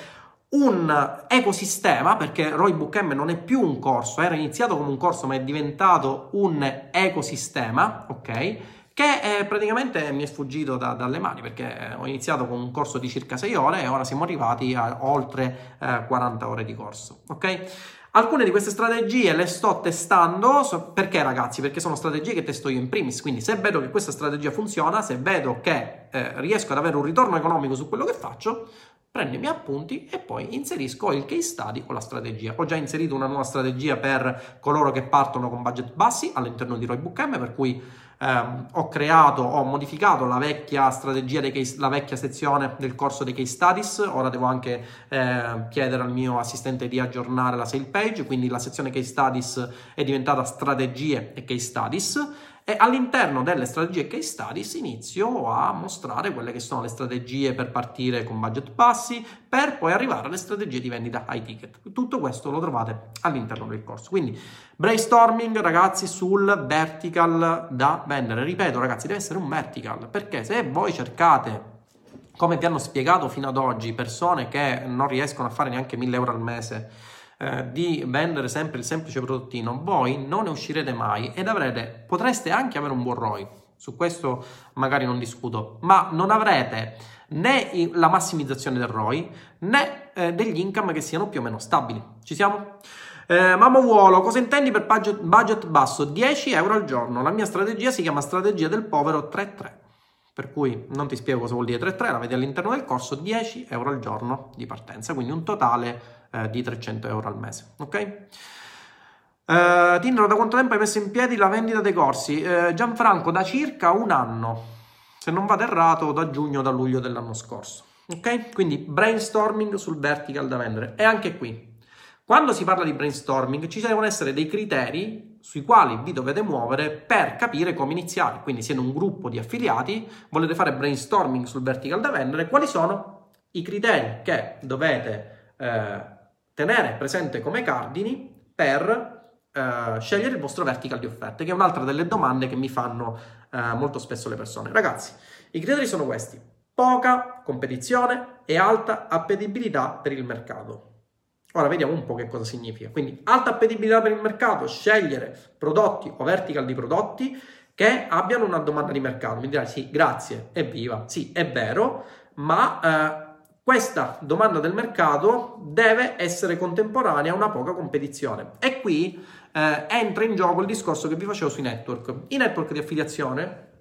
un ecosistema, perché Roybook M non è più un corso, era iniziato come un corso ma è diventato un ecosistema, ok? Che eh, praticamente mi è sfuggito da, dalle mani, perché ho iniziato con un corso di circa sei ore e ora siamo arrivati a oltre eh, quaranta ore di corso, ok? Alcune di queste strategie le sto testando, perché ragazzi? Perché sono strategie che testo io in primis, quindi se vedo che questa strategia funziona, se vedo che eh, riesco ad avere un ritorno economico su quello che faccio, prendo i miei appunti e poi inserisco il case study o la strategia. Ho già inserito una nuova strategia per coloro che partono con budget bassi all'interno di Roybook M, per cui ehm, ho creato, ho modificato la vecchia strategia, dei case, la vecchia sezione del corso dei case studies. Ora devo anche eh, chiedere al mio assistente di aggiornare la sale page, quindi la sezione case studies è diventata strategie e case studies. E all'interno delle strategie case studies inizio a mostrare quelle che sono le strategie per partire con budget bassi, per poi arrivare alle strategie di vendita high ticket. Tutto questo lo trovate all'interno del corso. Quindi brainstorming, ragazzi, sul vertical da vendere. Ripeto, ragazzi, deve essere un vertical, perché se voi cercate, come vi hanno spiegato fino ad oggi, persone che non riescono a fare neanche mille euro al mese, Eh, di vendere sempre il semplice prodottino, voi non ne uscirete mai ed avrete, potreste anche avere un buon R O I, su questo magari non discuto, ma non avrete né la massimizzazione del R O I né eh, degli income che siano più o meno stabili. Ci siamo? Eh, Mamma Vuolo, cosa intendi per budget, budget basso? dieci euro al giorno. La mia strategia si chiama strategia del povero tre tre. Per cui non ti spiego cosa vuol dire tre tre, la vedi all'interno del corso, dieci euro al giorno di partenza, quindi un totale eh, di trecento euro al mese, ok? Uh, Tindro, da quanto tempo hai messo in piedi la vendita dei corsi? Uh, Gianfranco, da circa un anno, se non vado errato, da giugno o da luglio dell'anno scorso, ok? Quindi brainstorming sul vertical da vendere. E anche qui, quando si parla di brainstorming, ci devono essere dei criteri sui quali vi dovete muovere per capire come iniziare. Quindi se in un gruppo di affiliati volete fare brainstorming sul vertical da vendere, quali sono i criteri che dovete eh, tenere presente come cardini per eh, scegliere il vostro vertical di offerte, che è un'altra delle domande che mi fanno eh, molto spesso le persone. Ragazzi, i criteri sono questi: poca competizione e alta appetibilità per il mercato. Ora vediamo un po' che cosa significa. Quindi alta appetibilità per il mercato, scegliere prodotti o vertical di prodotti che abbiano una domanda di mercato. Mi dirai sì, grazie, evviva, sì, è vero, ma eh, questa domanda del mercato deve essere contemporanea a una poca competizione. E qui eh, entra in gioco il discorso che vi facevo sui network. I network di affiliazione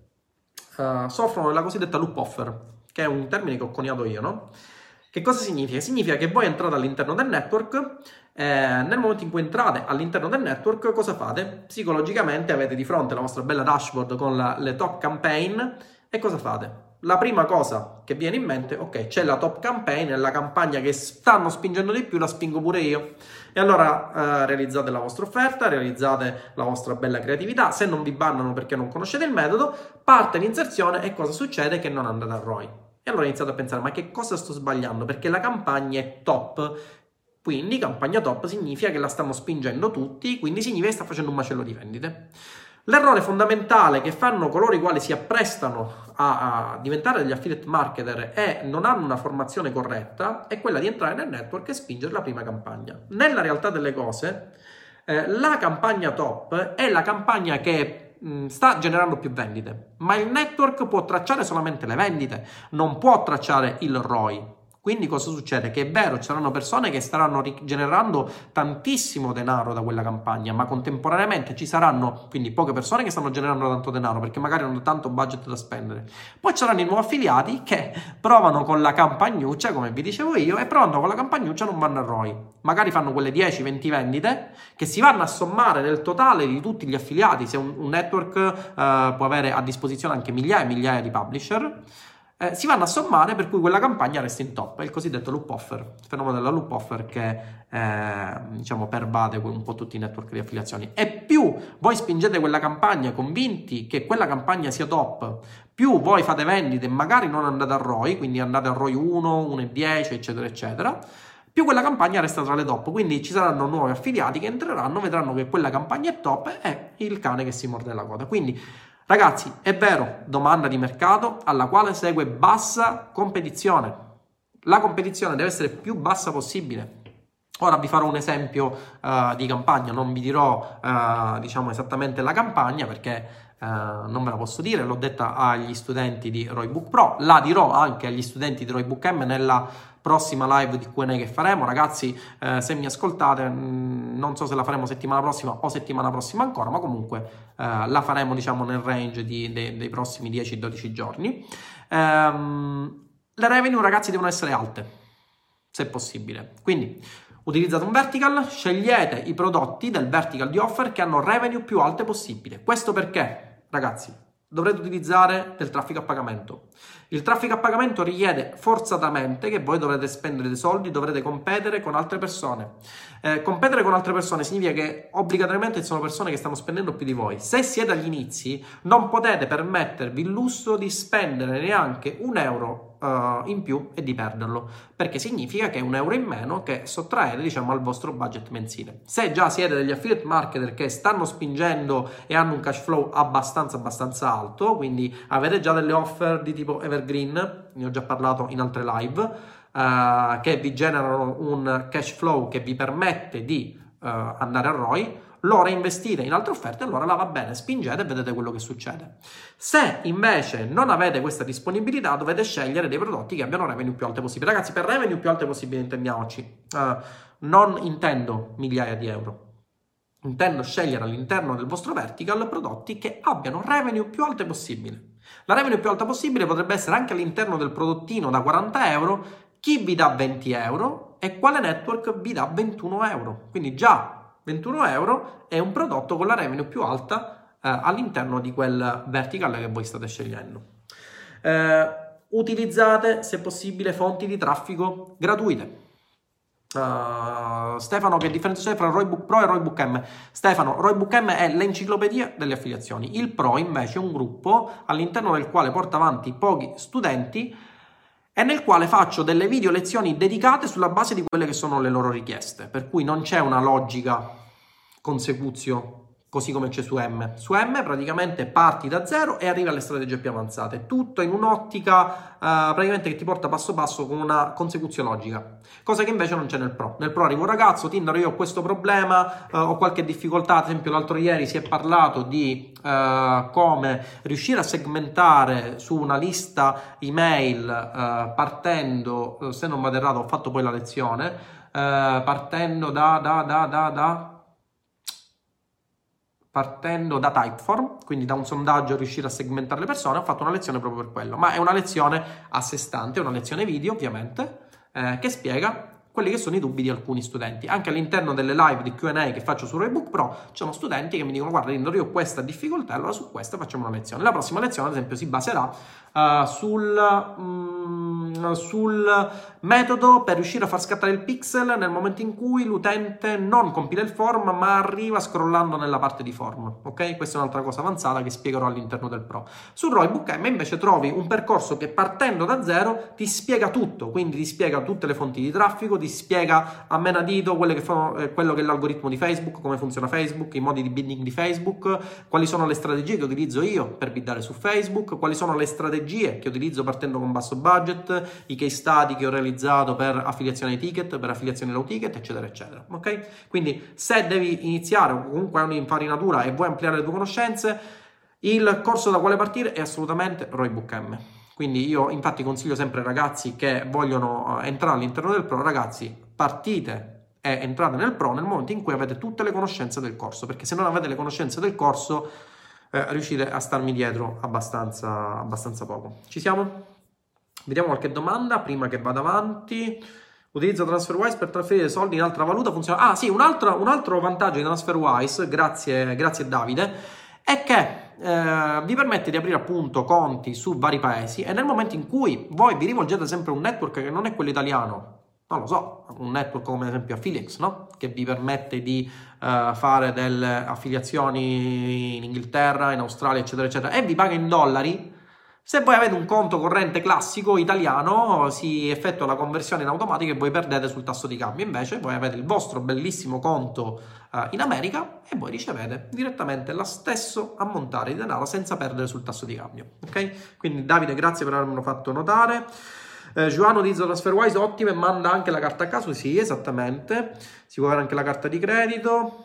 eh, soffrono della cosiddetta loop offer, che è un termine che ho coniato io, no? Che cosa significa? Significa che voi entrate all'interno del network, eh, nel momento in cui entrate all'interno del network, cosa fate? Psicologicamente avete di fronte la vostra bella dashboard con la, le top campaign e cosa fate? La prima cosa che viene in mente, ok, c'è la top campaign, è la campagna che stanno spingendo di più, la spingo pure io. E allora eh, realizzate la vostra offerta, realizzate la vostra bella creatività, se non vi bannano perché non conoscete il metodo, parte l'inserzione e cosa succede? Che non andate a R O I. E allora ho iniziato a pensare, ma che cosa sto sbagliando? Perché la campagna è top, quindi campagna top significa che la stanno spingendo tutti, quindi significa che sta facendo un macello di vendite. L'errore fondamentale che fanno coloro i quali si apprestano a, a diventare degli affiliate marketer e non hanno una formazione corretta è quella di entrare nel network e spingere la prima campagna. Nella realtà delle cose, eh, la campagna top è la campagna che sta generando più vendite, ma il network può tracciare solamente le vendite, non può tracciare il R O I. Quindi cosa succede? Che è vero, ci saranno persone che staranno generando tantissimo denaro da quella campagna, ma contemporaneamente ci saranno quindi poche persone che stanno generando tanto denaro perché magari non hanno tanto budget da spendere. Poi ci saranno i nuovi affiliati che provano con la campagnuccia, come vi dicevo io, e provando con la campagnuccia non vanno a R O I. Magari fanno quelle dieci venti vendite che si vanno a sommare nel totale di tutti gli affiliati. Se un, un network eh, può avere a disposizione anche migliaia e migliaia di publisher, Eh, si vanno a sommare, per cui quella campagna resta in top. È il cosiddetto loop offer, il fenomeno della loop offer che eh, diciamo pervade un po' tutti i network di affiliazioni. E più voi spingete quella campagna convinti che quella campagna sia top, più voi fate vendite e magari non andate a R O I, quindi andate a R O I uno, uno e dieci, eccetera eccetera, più quella campagna resta tra le top. Quindi ci saranno nuovi affiliati che entreranno, vedranno che quella campagna è top e il cane che si morde la coda. Quindi ragazzi, è vero, domanda di mercato alla quale segue bassa competizione. La competizione deve essere più bassa possibile. Ora vi farò un esempio uh, di campagna, non vi dirò uh, diciamo esattamente la campagna perché Uh, non ve la posso dire, l'ho detta agli studenti di Roybook Pro, la dirò anche agli studenti di Roybook M nella prossima live di Q and A che faremo. Ragazzi, uh, se mi ascoltate, mh, non so se la faremo settimana prossima o settimana prossima ancora, ma comunque uh, la faremo diciamo nel range di, de, dei prossimi dieci dodici giorni. Um, le revenue, ragazzi, devono essere alte, se possibile, quindi utilizzate un vertical, scegliete i prodotti del vertical di offer che hanno revenue più alte possibile. Questo perché, ragazzi, dovrete utilizzare del traffico a pagamento. Il traffico a pagamento richiede forzatamente che voi dovrete spendere dei soldi, dovrete competere con altre persone. Eh, competere con altre persone significa che obbligatoriamente ci sono persone che stanno spendendo più di voi. Se siete agli inizi, non potete permettervi il lusso di spendere neanche un euro Uh, in più e di perderlo, perché significa che è un euro in meno che sottraete diciamo al vostro budget mensile. Se già siete degli affiliate marketer che stanno spingendo e hanno un cash flow abbastanza abbastanza alto, quindi avete già delle offer di tipo evergreen, ne ho già parlato in altre live, uh, che vi generano un cash flow che vi permette di uh, andare a R O I, lo reinvestite in altre offerte, allora là va bene, spingete e vedete quello che succede. Se invece non avete questa disponibilità, dovete scegliere dei prodotti che abbiano revenue più alte possibile. Ragazzi, per revenue più alte possibile intendiamoci, uh, non intendo migliaia di euro, intendo scegliere all'interno del vostro vertical prodotti che abbiano revenue più alte possibile. La revenue più alta possibile potrebbe essere anche all'interno del prodottino da quaranta euro, chi vi dà venti euro e quale network vi dà ventuno euro, quindi già ventuno euro è un prodotto con la revenue più alta eh, all'interno di quel vertical che voi state scegliendo. Eh, utilizzate, se possibile, fonti di traffico gratuite. Uh, Stefano, che differenza c'è tra Roybook Pro e Roybook M? Stefano, Roybook M è l'enciclopedia delle affiliazioni. Il Pro invece è un gruppo all'interno del quale porto avanti pochi studenti e nel quale faccio delle video lezioni dedicate sulla base di quelle che sono le loro richieste, per cui non c'è una logica consecutio così come c'è su M. Su M praticamente parti da zero e arrivi alle strategie più avanzate, tutto in un'ottica uh, praticamente che ti porta passo passo con una consecuzione logica, cosa che invece non c'è nel Pro. Nel Pro arriva un ragazzo, Tinder, io ho questo problema, uh, ho qualche difficoltà, ad esempio l'altro ieri si è parlato di uh, come riuscire a segmentare su una lista email uh, partendo, uh, se non vado errato, ho fatto poi la lezione, uh, partendo da, da, da, da, da partendo da Typeform, quindi da un sondaggio riuscire a segmentare le persone. Ho fatto una lezione proprio per quello, ma è una lezione a sé stante, una lezione video ovviamente, eh, che spiega quelli che sono i dubbi di alcuni studenti. Anche all'interno delle live di Q and A che faccio su Roybook Pro ci sono studenti che mi dicono: guarda Lindor, io ho questa difficoltà, allora su questa facciamo una lezione. La prossima lezione ad esempio si baserà uh, sul, um, sul metodo per riuscire a far scattare il pixel nel momento in cui l'utente non compila il form ma arriva scrollando nella parte di form, ok? Questa è un'altra cosa avanzata che spiegherò all'interno del Pro. Su Roybook M invece trovi un percorso che partendo da zero ti spiega tutto, quindi ti spiega tutte le fonti di traffico, ti spiega a menadito quelle che fanno, eh, quello che è l'algoritmo di Facebook, come funziona Facebook, i modi di bidding di Facebook, quali sono le strategie che utilizzo io per biddare su Facebook, quali sono le strategie che utilizzo partendo con basso budget, i case study che ho realizzato per affiliazione ai ticket, per affiliazione low ticket, eccetera eccetera, ok? Quindi se devi iniziare o comunque hai un'infarinatura e vuoi ampliare le tue conoscenze, il corso da quale partire è assolutamente Roybook M. Quindi io infatti consiglio sempre ai ragazzi che vogliono entrare all'interno del Pro: ragazzi, partite e entrate nel Pro nel momento in cui avete tutte le conoscenze del corso, perché se non avete le conoscenze del corso eh, riuscite a starmi dietro abbastanza, abbastanza poco. Ci siamo? Vediamo qualche domanda prima che vada avanti. Utilizzo TransferWise per trasferire soldi in altra valuta, funziona? Ah sì, un altro, un altro vantaggio di TransferWise, grazie, grazie Davide, è che eh, vi permette di aprire appunto conti su vari paesi, e nel momento in cui voi vi rivolgete sempre a un network che non è quello italiano, non lo so, un network come ad esempio Affiliax, no? Che vi permette di uh, fare delle affiliazioni in Inghilterra, in Australia, eccetera eccetera, e vi paga in dollari. Se voi avete un conto corrente classico italiano, si effettua la conversione in automatica e voi perdete sul tasso di cambio. Invece voi avete il vostro bellissimo conto uh, in America e voi ricevete direttamente lo stesso ammontare di denaro senza perdere sul tasso di cambio, ok? Quindi Davide, grazie per avermelo fatto notare. Eh, Giuano utilizza TransferWise, ottimo, e manda anche la carta a caso, sì, esattamente. Si può avere anche la carta di credito.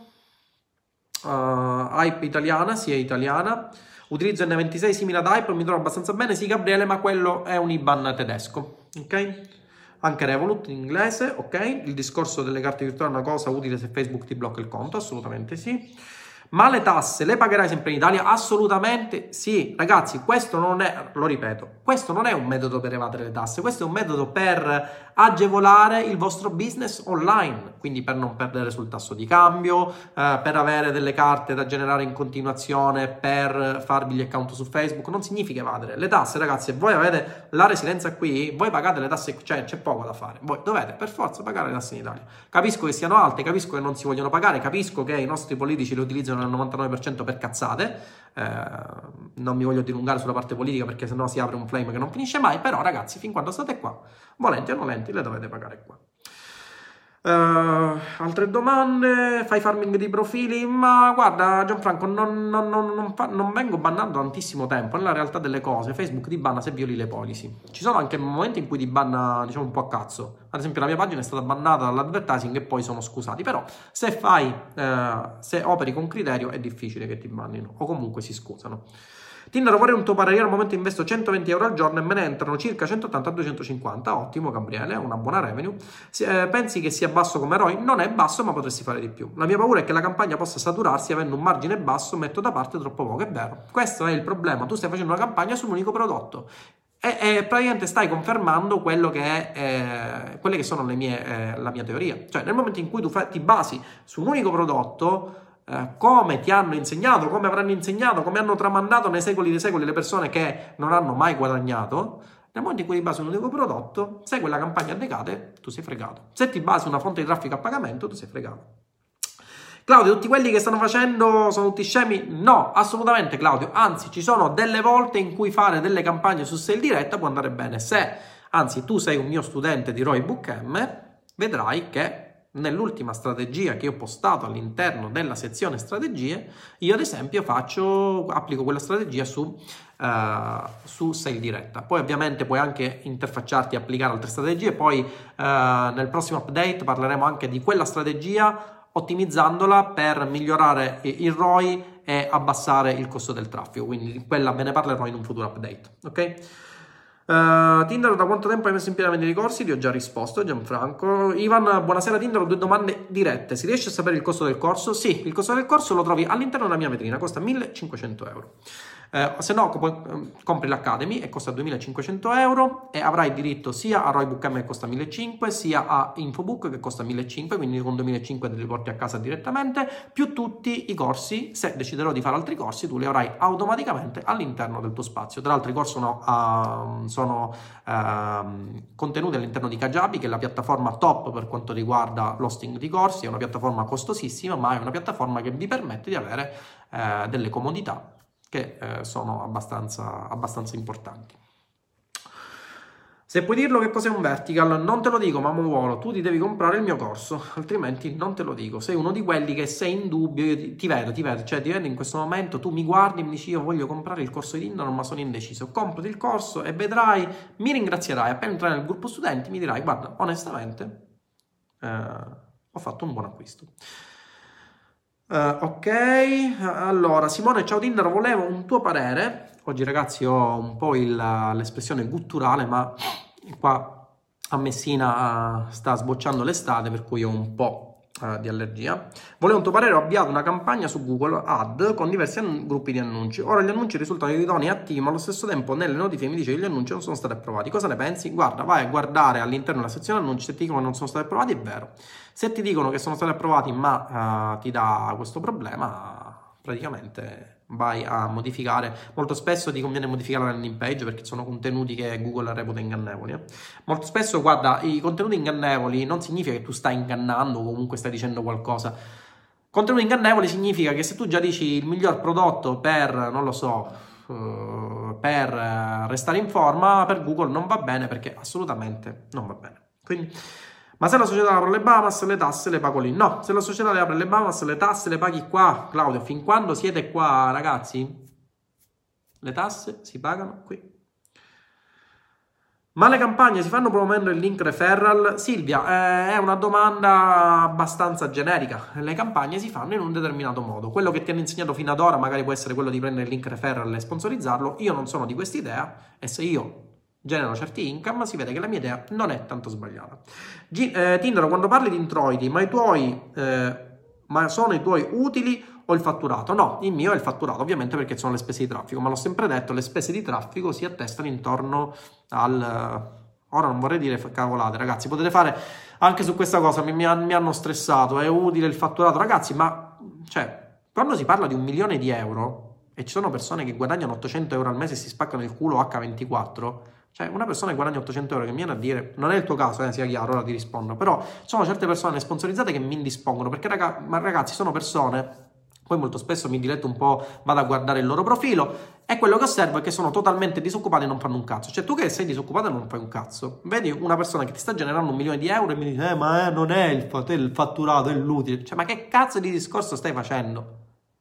Uh, Hype italiana, sì, è italiana. Utilizzo N ventisei simile ad Hype, mi trovo abbastanza bene, sì Gabriele, ma quello è un I B A N tedesco, ok? Anche Revolut in inglese, ok? Il discorso delle carte virtuali è una cosa utile se Facebook ti blocca il conto, assolutamente sì. Ma le tasse le pagherai sempre in Italia? Assolutamente sì. Ragazzi, questo non è, lo ripeto, questo non è un metodo per evadere le tasse, questo è un metodo per agevolare il vostro business online, quindi per non perdere sul tasso di cambio, eh, per avere delle carte da generare in continuazione, per farvi gli account su Facebook. Non significa evadere le tasse, ragazzi. Se voi avete la residenza qui, voi pagate le tasse, cioè c'è poco da fare, voi dovete per forza pagare le tasse in Italia. Capisco che siano alte, capisco che non si vogliono pagare, capisco che i nostri politici le utilizzano al novantanove per cento per cazzate, eh, non mi voglio dilungare sulla parte politica perché sennò si apre un flame che non finisce mai, però ragazzi, fin quando state qua, volenti o nolenti, le dovete pagare qua. Uh, altre domande? Fai farming di profili? Ma guarda Gianfranco, non, non, non, non, fa, non vengo bannando tantissimo tempo. Nella realtà delle cose Facebook ti banna se violi le policy. Ci sono anche momenti in cui ti banna, diciamo, un po' a cazzo. Ad esempio la mia pagina è stata bannata dall'advertising e poi sono scusati. Però se fai, uh, se operi con criterio è difficile che ti bannino o comunque si scusano. Tinder, vorrei un tuo parere, al momento investo centoventi euro al giorno e me ne entrano circa centottanta a duecentocinquanta, ottimo Gabriele, una buona revenue. Se, eh, pensi che sia basso come R O I? Non è basso, ma potresti fare di più. La mia paura è che la campagna possa saturarsi avendo un margine basso, metto da parte troppo poco, è vero. Questo è il problema, tu stai facendo una campagna su un unico prodotto e, e praticamente stai confermando quello che è, eh, quelle che sono le mie, eh, la mia teoria. Cioè nel momento in cui tu fai, ti basi su un unico prodotto, Uh, come ti hanno insegnato, come avranno insegnato, come hanno tramandato nei secoli dei secoli le persone che non hanno mai guadagnato, nel momento in cui ti basi un unico prodotto, se quella campagna decade, tu sei fregato. Se ti basi una fonte di traffico a pagamento, tu sei fregato. Claudio, tutti quelli che stanno facendo sono tutti scemi? No, assolutamente Claudio, anzi ci sono delle volte in cui fare delle campagne su sale diretta può andare bene. Se, anzi tu sei un mio studente di Roybook M, vedrai che nell'ultima strategia che ho postato all'interno della sezione strategie, io ad esempio faccio, applico quella strategia su, uh, su sale diretta. Poi ovviamente puoi anche interfacciarti e applicare altre strategie, poi uh, nel prossimo update parleremo anche di quella strategia ottimizzandola per migliorare il R O I e abbassare il costo del traffico, quindi quella ve ne parlerò in un futuro update, ok? Uh, Tinder, da quanto tempo hai messo in piedi a vendere i corsi? Ti ho già risposto, Gianfranco. Ivan, buonasera Tinder, ho due domande dirette. Si riesce a sapere il costo del corso? Sì, il costo del corso lo trovi all'interno della mia vetrina, costa millecinquecento euro. Uh, se no, comp compri l'Academy e costa duemilacinquecento euro e avrai diritto sia a Roybook M che costa millecinquecento, sia a Infobook che costa millecinquecento, quindi con duemilacinquecento te li porti a casa direttamente, più tutti i corsi. Se deciderò di fare altri corsi, tu li avrai automaticamente all'interno del tuo spazio. Tra l'altro i corsi sono, uh, sono uh, contenuti all'interno di Kajabi, che è la piattaforma top per quanto riguarda l'hosting di corsi. È una piattaforma costosissima, ma è una piattaforma che vi permette di avere uh, delle comodità che eh, sono abbastanza, abbastanza importanti. Se puoi dirlo che cos'è un vertical, non te lo dico Mamuolo, tu ti devi comprare il mio corso, altrimenti non te lo dico. Sei uno di quelli che sei in dubbio, io ti, ti vedo, ti vedo, cioè ti vedo in questo momento, tu mi guardi e mi dici io voglio comprare il corso di Tinder ma sono indeciso. Comprati il corso e vedrai, mi ringrazierai, appena entrerai nel gruppo studenti mi dirai guarda, onestamente eh, ho fatto un buon acquisto. Uh, ok, allora Simone, ciao Tinder, volevo un tuo parere. Oggi ragazzi ho un po' l'espressione gutturale, ma qua a Messina uh, sta sbocciando l'estate, per cui ho un po' uh, di allergia. Volevo un tuo parere, ho avviato una campagna su Google Ad con diversi gruppi di annunci. Ora gli annunci risultano idonei e attivi, ma allo stesso tempo nelle notifiche mi dice che gli annunci non sono stati approvati. Cosa ne pensi? Guarda, vai a guardare all'interno della sezione annunci, se ti dicono che non sono stati approvati è vero. Se ti dicono che sono stati approvati ma uh, ti dà questo problema, praticamente vai a modificare. Molto spesso ti conviene modificare la landing page perché sono contenuti che Google reputa ingannevoli. Eh. Molto spesso, guarda, i contenuti ingannevoli non significa che tu stai ingannando o comunque stai dicendo qualcosa. Contenuti ingannevoli significa che se tu già dici il miglior prodotto per, non lo so, uh, per restare in forma, per Google non va bene, perché assolutamente non va bene. Quindi... Ma se la società apre le Bahamas, le tasse le pago lì. No, se la società le apre le Bahamas, le tasse le paghi qua, Claudio. Fin quando siete qua, ragazzi, le tasse si pagano qui. Ma le campagne si fanno promuovendo il link referral? Silvia, eh, è una domanda abbastanza generica. Le campagne si fanno in un determinato modo. Quello che ti hanno insegnato fino ad ora magari può essere quello di prendere il link referral e sponsorizzarlo. Io non sono di quest'idea e se io genero certi income si vede che la mia idea non è tanto sbagliata. G eh, Tindaro, quando parli di introiti, ma i tuoi eh, ma sono i tuoi utili o il fatturato? No, il mio è il fatturato, ovviamente perché sono le spese di traffico, ma l'ho sempre detto, le spese di traffico si attestano intorno al... Ora non vorrei dire cavolate, ragazzi, potete fare anche su questa cosa, mi, mi, mi hanno stressato, è utile il fatturato, ragazzi, ma cioè, quando si parla di un milione di euro e ci sono persone che guadagnano ottocento euro al mese e si spaccano il culo acca ventiquattro, cioè una persona che guadagna ottocento euro che mi viene a dire, non è il tuo caso, eh, sia chiaro, ora ti rispondo, però sono certe persone sponsorizzate che mi indispongono, perché raga, ma ragazzi sono persone... Poi molto spesso mi diletto un po', vado a guardare il loro profilo e quello che osservo è che sono totalmente disoccupati e non fanno un cazzo. Cioè tu che sei disoccupato e non fai un cazzo, vedi una persona che ti sta generando un milione di euro e mi dice eh ma eh, non è il, il fatturato, è l'utile. Cioè ma che cazzo di discorso stai facendo?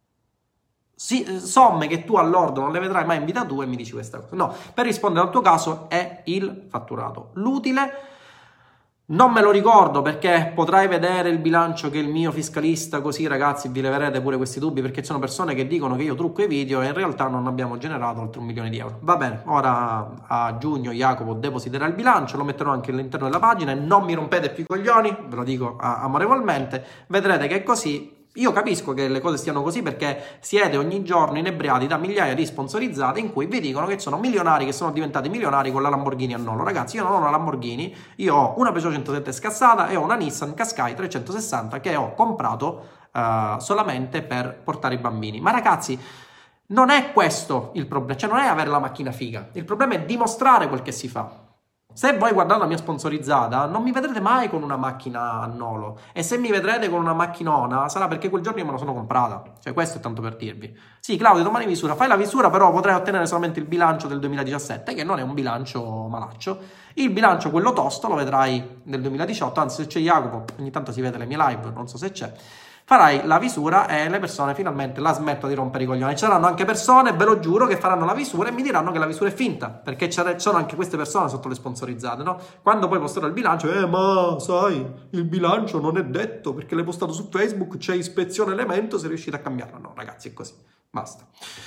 Sì, somme che tu all'ordo non le vedrai mai in vita tua e mi dici questa cosa. No, per rispondere al tuo caso è il fatturato. L'utile... Non me lo ricordo perché potrai vedere il bilancio che il mio fiscalista, così ragazzi vi leverete pure questi dubbi perché ci sono persone che dicono che io trucco i video e in realtà non abbiamo generato oltre un milione di euro. Va bene, ora a giugno Jacopo depositerà il bilancio, lo metterò anche all'interno della pagina e non mi rompete più i coglioni, ve lo dico amorevolmente, vedrete che è così. Io capisco che le cose stiano così perché siete ogni giorno inebriati da migliaia di sponsorizzate in cui vi dicono che sono milionari, che sono diventati milionari con la Lamborghini a nolo. Ragazzi, io non ho una Lamborghini, io ho una Peugeot centosette scassata e ho una Nissan Qashqai trecentosessanta che ho comprato uh, solamente per portare i bambini. Ma ragazzi, non è questo il problema, cioè non è avere la macchina figa, il problema è dimostrare quel che si fa. Se voi guardate la mia sponsorizzata non mi vedrete mai con una macchina a nolo e se mi vedrete con una macchinona sarà perché quel giorno io me la sono comprata, cioè questo è tanto per dirvi. Sì Claudio, domani visura, fai la visura però potrai ottenere solamente il bilancio del duemiladiciassette che non è un bilancio malaccio, il bilancio quello tosto lo vedrai nel duemiladiciotto, anzi se c'è Jacopo, ogni tanto si vede le mie live, non so se c'è, farai la visura e le persone finalmente la smettono di rompere i coglioni. Ci saranno anche persone, ve lo giuro, che faranno la visura e mi diranno che la visura è finta, perché ci sono anche queste persone sotto le sponsorizzate, no? Quando poi posterò il bilancio, eh ma sai, il bilancio non è detto, perché l'hai postato su Facebook, c'è ispezione elemento, se riuscite a cambiarlo. No, ragazzi, è così, basta.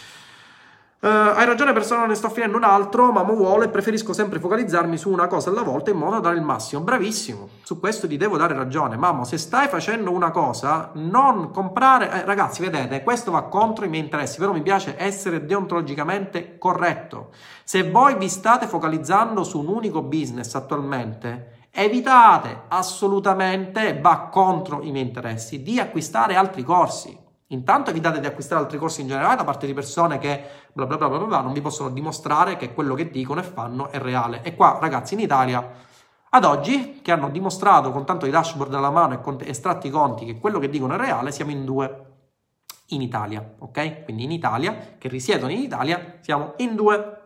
Uh, hai ragione, persona, ne sto finendo un altro, ma mo vuole, preferisco sempre focalizzarmi su una cosa alla volta in modo da dare il massimo. Bravissimo, su questo ti devo dare ragione. Mamma, se stai facendo una cosa, non comprare... Eh, ragazzi, vedete, questo va contro i miei interessi, però mi piace essere deontologicamente corretto. Se voi vi state focalizzando su un unico business attualmente, evitate assolutamente, va contro i miei interessi, di acquistare altri corsi. Intanto evitate di acquistare altri corsi in generale da parte di persone che bla bla bla bla bla non vi possono dimostrare che quello che dicono e fanno è reale. E qua, ragazzi, in Italia, ad oggi, che hanno dimostrato con tanto di dashboard alla mano e con estratti conti che quello che dicono è reale, siamo in due in Italia, ok? Quindi in Italia, che risiedono in Italia, siamo in due,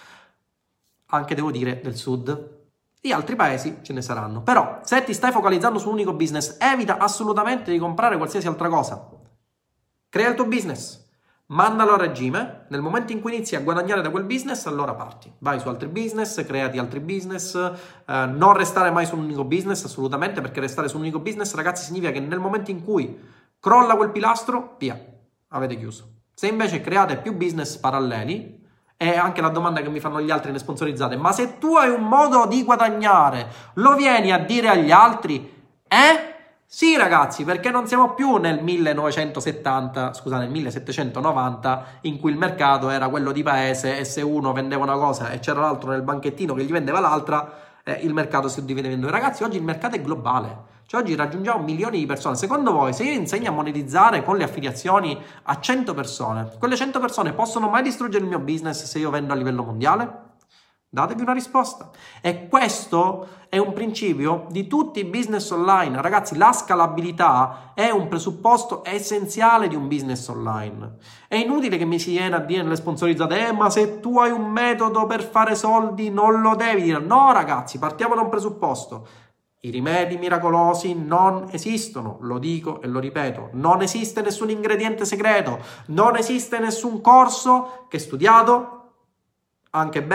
anche devo dire del sud. Gli altri paesi ce ne saranno. Però, se ti stai focalizzando su un unico business, evita assolutamente di comprare qualsiasi altra cosa. Crea il tuo business, mandalo a regime, nel momento in cui inizi a guadagnare da quel business, allora parti. Vai su altri business, creati altri business, eh, non restare mai su un unico business, assolutamente, perché restare su un unico business, ragazzi, significa che nel momento in cui crolla quel pilastro, via, avete chiuso. Se invece create più business paralleli, è anche la domanda che mi fanno gli altri nelle sponsorizzate, ma se tu hai un modo di guadagnare, lo vieni a dire agli altri, eh? Sì ragazzi, perché non siamo più nel millenovecentosettanta, scusate, nel millesettecentonovanta, in cui il mercato era quello di paese e se uno vendeva una cosa e c'era l'altro nel banchettino che gli vendeva l'altra, eh, il mercato si divide in due. Ragazzi, oggi il mercato è globale, cioè oggi raggiungiamo milioni di persone. Secondo voi, se io insegno a monetizzare con le affiliazioni a cento persone, quelle cento persone possono mai distruggere il mio business se io vendo a livello mondiale? Datevi una risposta. E questo è un principio di tutti i business online. Ragazzi, la scalabilità è un presupposto essenziale di un business online. È inutile che mi si viene a dire nelle sponsorizzate, eh, ma se tu hai un metodo per fare soldi non lo devi dire. No, ragazzi, partiamo da un presupposto. I rimedi miracolosi non esistono, lo dico e lo ripeto. Non esiste nessun ingrediente segreto, non esiste nessun corso che studiato, anche bene,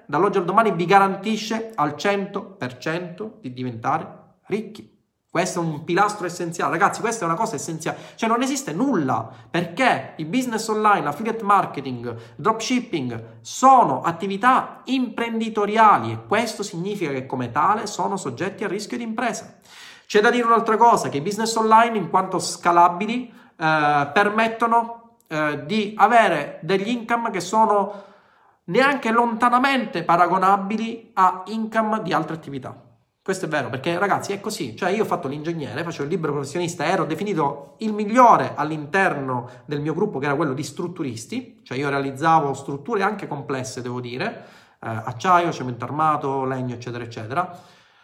dall'oggi al domani vi garantisce al cento per cento di diventare ricchi. Questo è un pilastro essenziale, ragazzi, questa è una cosa essenziale, cioè non esiste nulla, perché il business online, affiliate marketing, dropshipping sono attività imprenditoriali e questo significa che come tale sono soggetti a rischio di impresa. C'è da dire un'altra cosa, che i business online in quanto scalabili eh, permettono eh, di avere degli income che sono neanche lontanamente paragonabili a income di altre attività. Questo è vero, perché ragazzi è così, cioè io ho fatto l'ingegnere, facevo il libero professionista, ero definito il migliore all'interno del mio gruppo che era quello di strutturisti, cioè io realizzavo strutture anche complesse, devo dire, eh, acciaio, cemento armato, legno, eccetera, eccetera,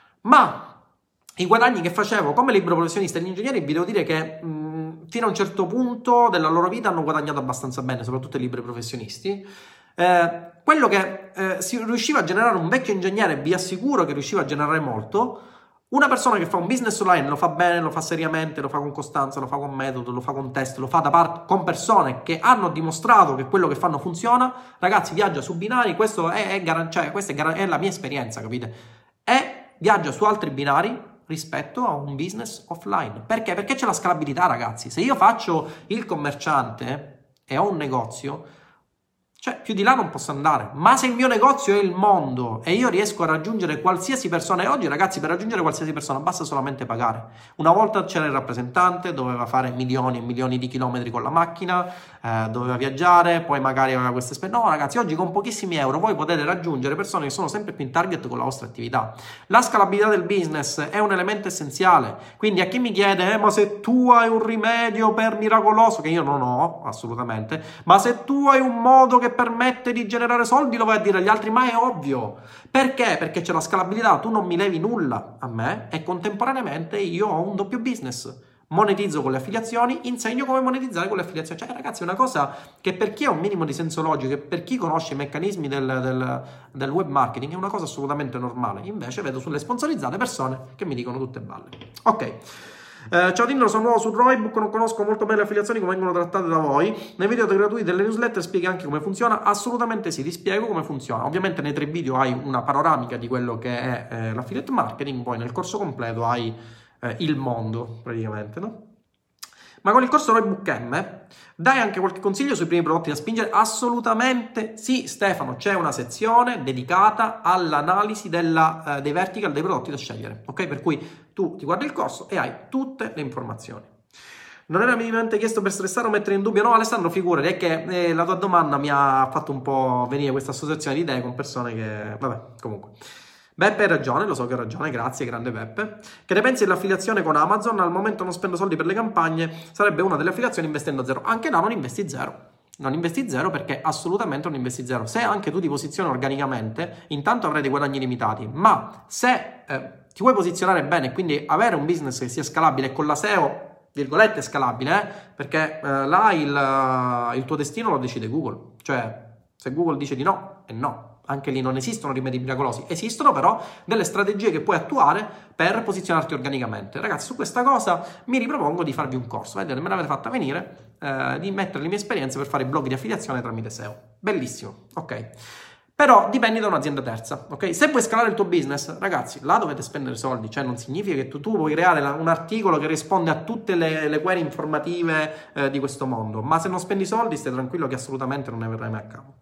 ma i guadagni che facevo come libero professionista e gli ingegneri vi devo dire che mh, fino a un certo punto della loro vita hanno guadagnato abbastanza bene, soprattutto i liberi professionisti. Eh, quello che eh, si riusciva a generare un vecchio ingegnere, vi assicuro che riusciva a generare molto. Una persona che fa un business online lo fa bene, lo fa seriamente, lo fa con costanza, lo fa con metodo, lo fa con test, lo fa da parte con persone che hanno dimostrato che quello che fanno funziona. Ragazzi, viaggia su binari, questo è, è, cioè, questa è, è la mia esperienza, capite? E viaggia su altri binari rispetto a un business offline. Perché? Perché c'è la scalabilità, ragazzi. Se io faccio il commerciante e ho un negozio, cioè più di là non posso andare, ma se il mio negozio è il mondo e io riesco a raggiungere qualsiasi persona, e oggi ragazzi per raggiungere qualsiasi persona basta solamente pagare. Una volta c'era il rappresentante, doveva fare milioni e milioni di chilometri con la macchina, eh, doveva viaggiare, poi magari aveva queste spese. No ragazzi, oggi con pochissimi euro voi potete raggiungere persone che sono sempre più in target con la vostra attività. La scalabilità del business è un elemento essenziale, quindi a chi mi chiede eh, ma se tu hai un rimedio per miracoloso, che io non ho assolutamente, ma se tu hai un modo che permette di generare soldi lo vai a dire agli altri, ma è ovvio. Perché? Perché c'è la scalabilità, tu non mi levi nulla a me e contemporaneamente io ho un doppio business, monetizzo con le affiliazioni, insegno come monetizzare con le affiliazioni. Cioè ragazzi è una cosa che per chi ha un minimo di senso logico e per chi conosce i meccanismi del, del, del web marketing è una cosa assolutamente normale. Invece vedo sulle sponsorizzate persone che mi dicono tutte balle. Ok. Eh, ciao Tindro, sono nuovo su Roybook, non conosco molto bene le affiliazioni, come vengono trattate da voi. Nei video gratuiti delle newsletter spieghi anche come funziona? Assolutamente sì, ti spiego come funziona. Ovviamente nei tre video hai una panoramica di quello che è eh, l'affiliate marketing, poi nel corso completo hai eh, il mondo praticamente, no? Ma con il corso Roybook M dai anche qualche consiglio sui primi prodotti da spingere? Assolutamente sì Stefano, c'è una sezione dedicata all'analisi della, eh, dei vertical dei prodotti da scegliere, ok? Per cui tu ti guardi il corso e hai tutte le informazioni. Non era minimamente chiesto per stressare o mettere in dubbio? No Alessandro, figurati, è che eh, la tua domanda mi ha fatto un po' venire questa associazione di idee con persone che... vabbè, comunque... Beppe hai ragione, lo so che hai ragione, grazie, grande Beppe. Che ne pensi dell'affiliazione con Amazon? Al momento non spendo soldi per le campagne, sarebbe una delle affiliazioni investendo a zero. Anche là non investi zero. Non investi zero perché assolutamente non investi zero. Se anche tu ti posizioni organicamente, intanto avrai dei guadagni limitati, ma se eh, ti vuoi posizionare bene e quindi avere un business che sia scalabile e con la S E O, virgolette scalabile, eh, perché eh, là il, il tuo destino lo decide Google. Cioè, se Google dice di no, è no. Anche lì non esistono rimedi miracolosi, esistono però delle strategie che puoi attuare per posizionarti organicamente. Ragazzi, su questa cosa mi ripropongo di farvi un corso, vedete, me l'avete fatta venire, eh, di mettere le mie esperienze per fare i blog di affiliazione tramite S E O. Bellissimo, ok? Però dipendi da un'azienda terza, ok? Se vuoi scalare il tuo business, ragazzi, là dovete spendere soldi, cioè non significa che tu, tu puoi creare la, un articolo che risponde a tutte le, le query informative eh, di questo mondo, ma se non spendi soldi stai tranquillo che assolutamente non ne verrai mai a capo.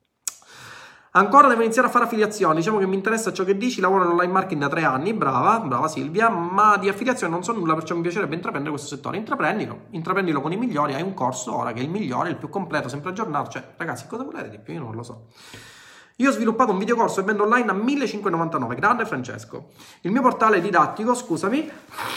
Ancora devo iniziare a fare affiliazioni, diciamo che mi interessa ciò che dici, lavoro nell'online marketing da tre anni, brava, brava Silvia, ma di affiliazione non so nulla, perciò mi piacerebbe intraprendere questo settore. Intraprendilo, intraprendilo con i migliori, hai un corso ora che è il migliore, il più completo, sempre aggiornato, cioè ragazzi cosa volete di più? Io non lo so. Io ho sviluppato un videocorso e vendo online a millecinquecentonovantanove, grande Francesco. Il mio portale didattico, scusami,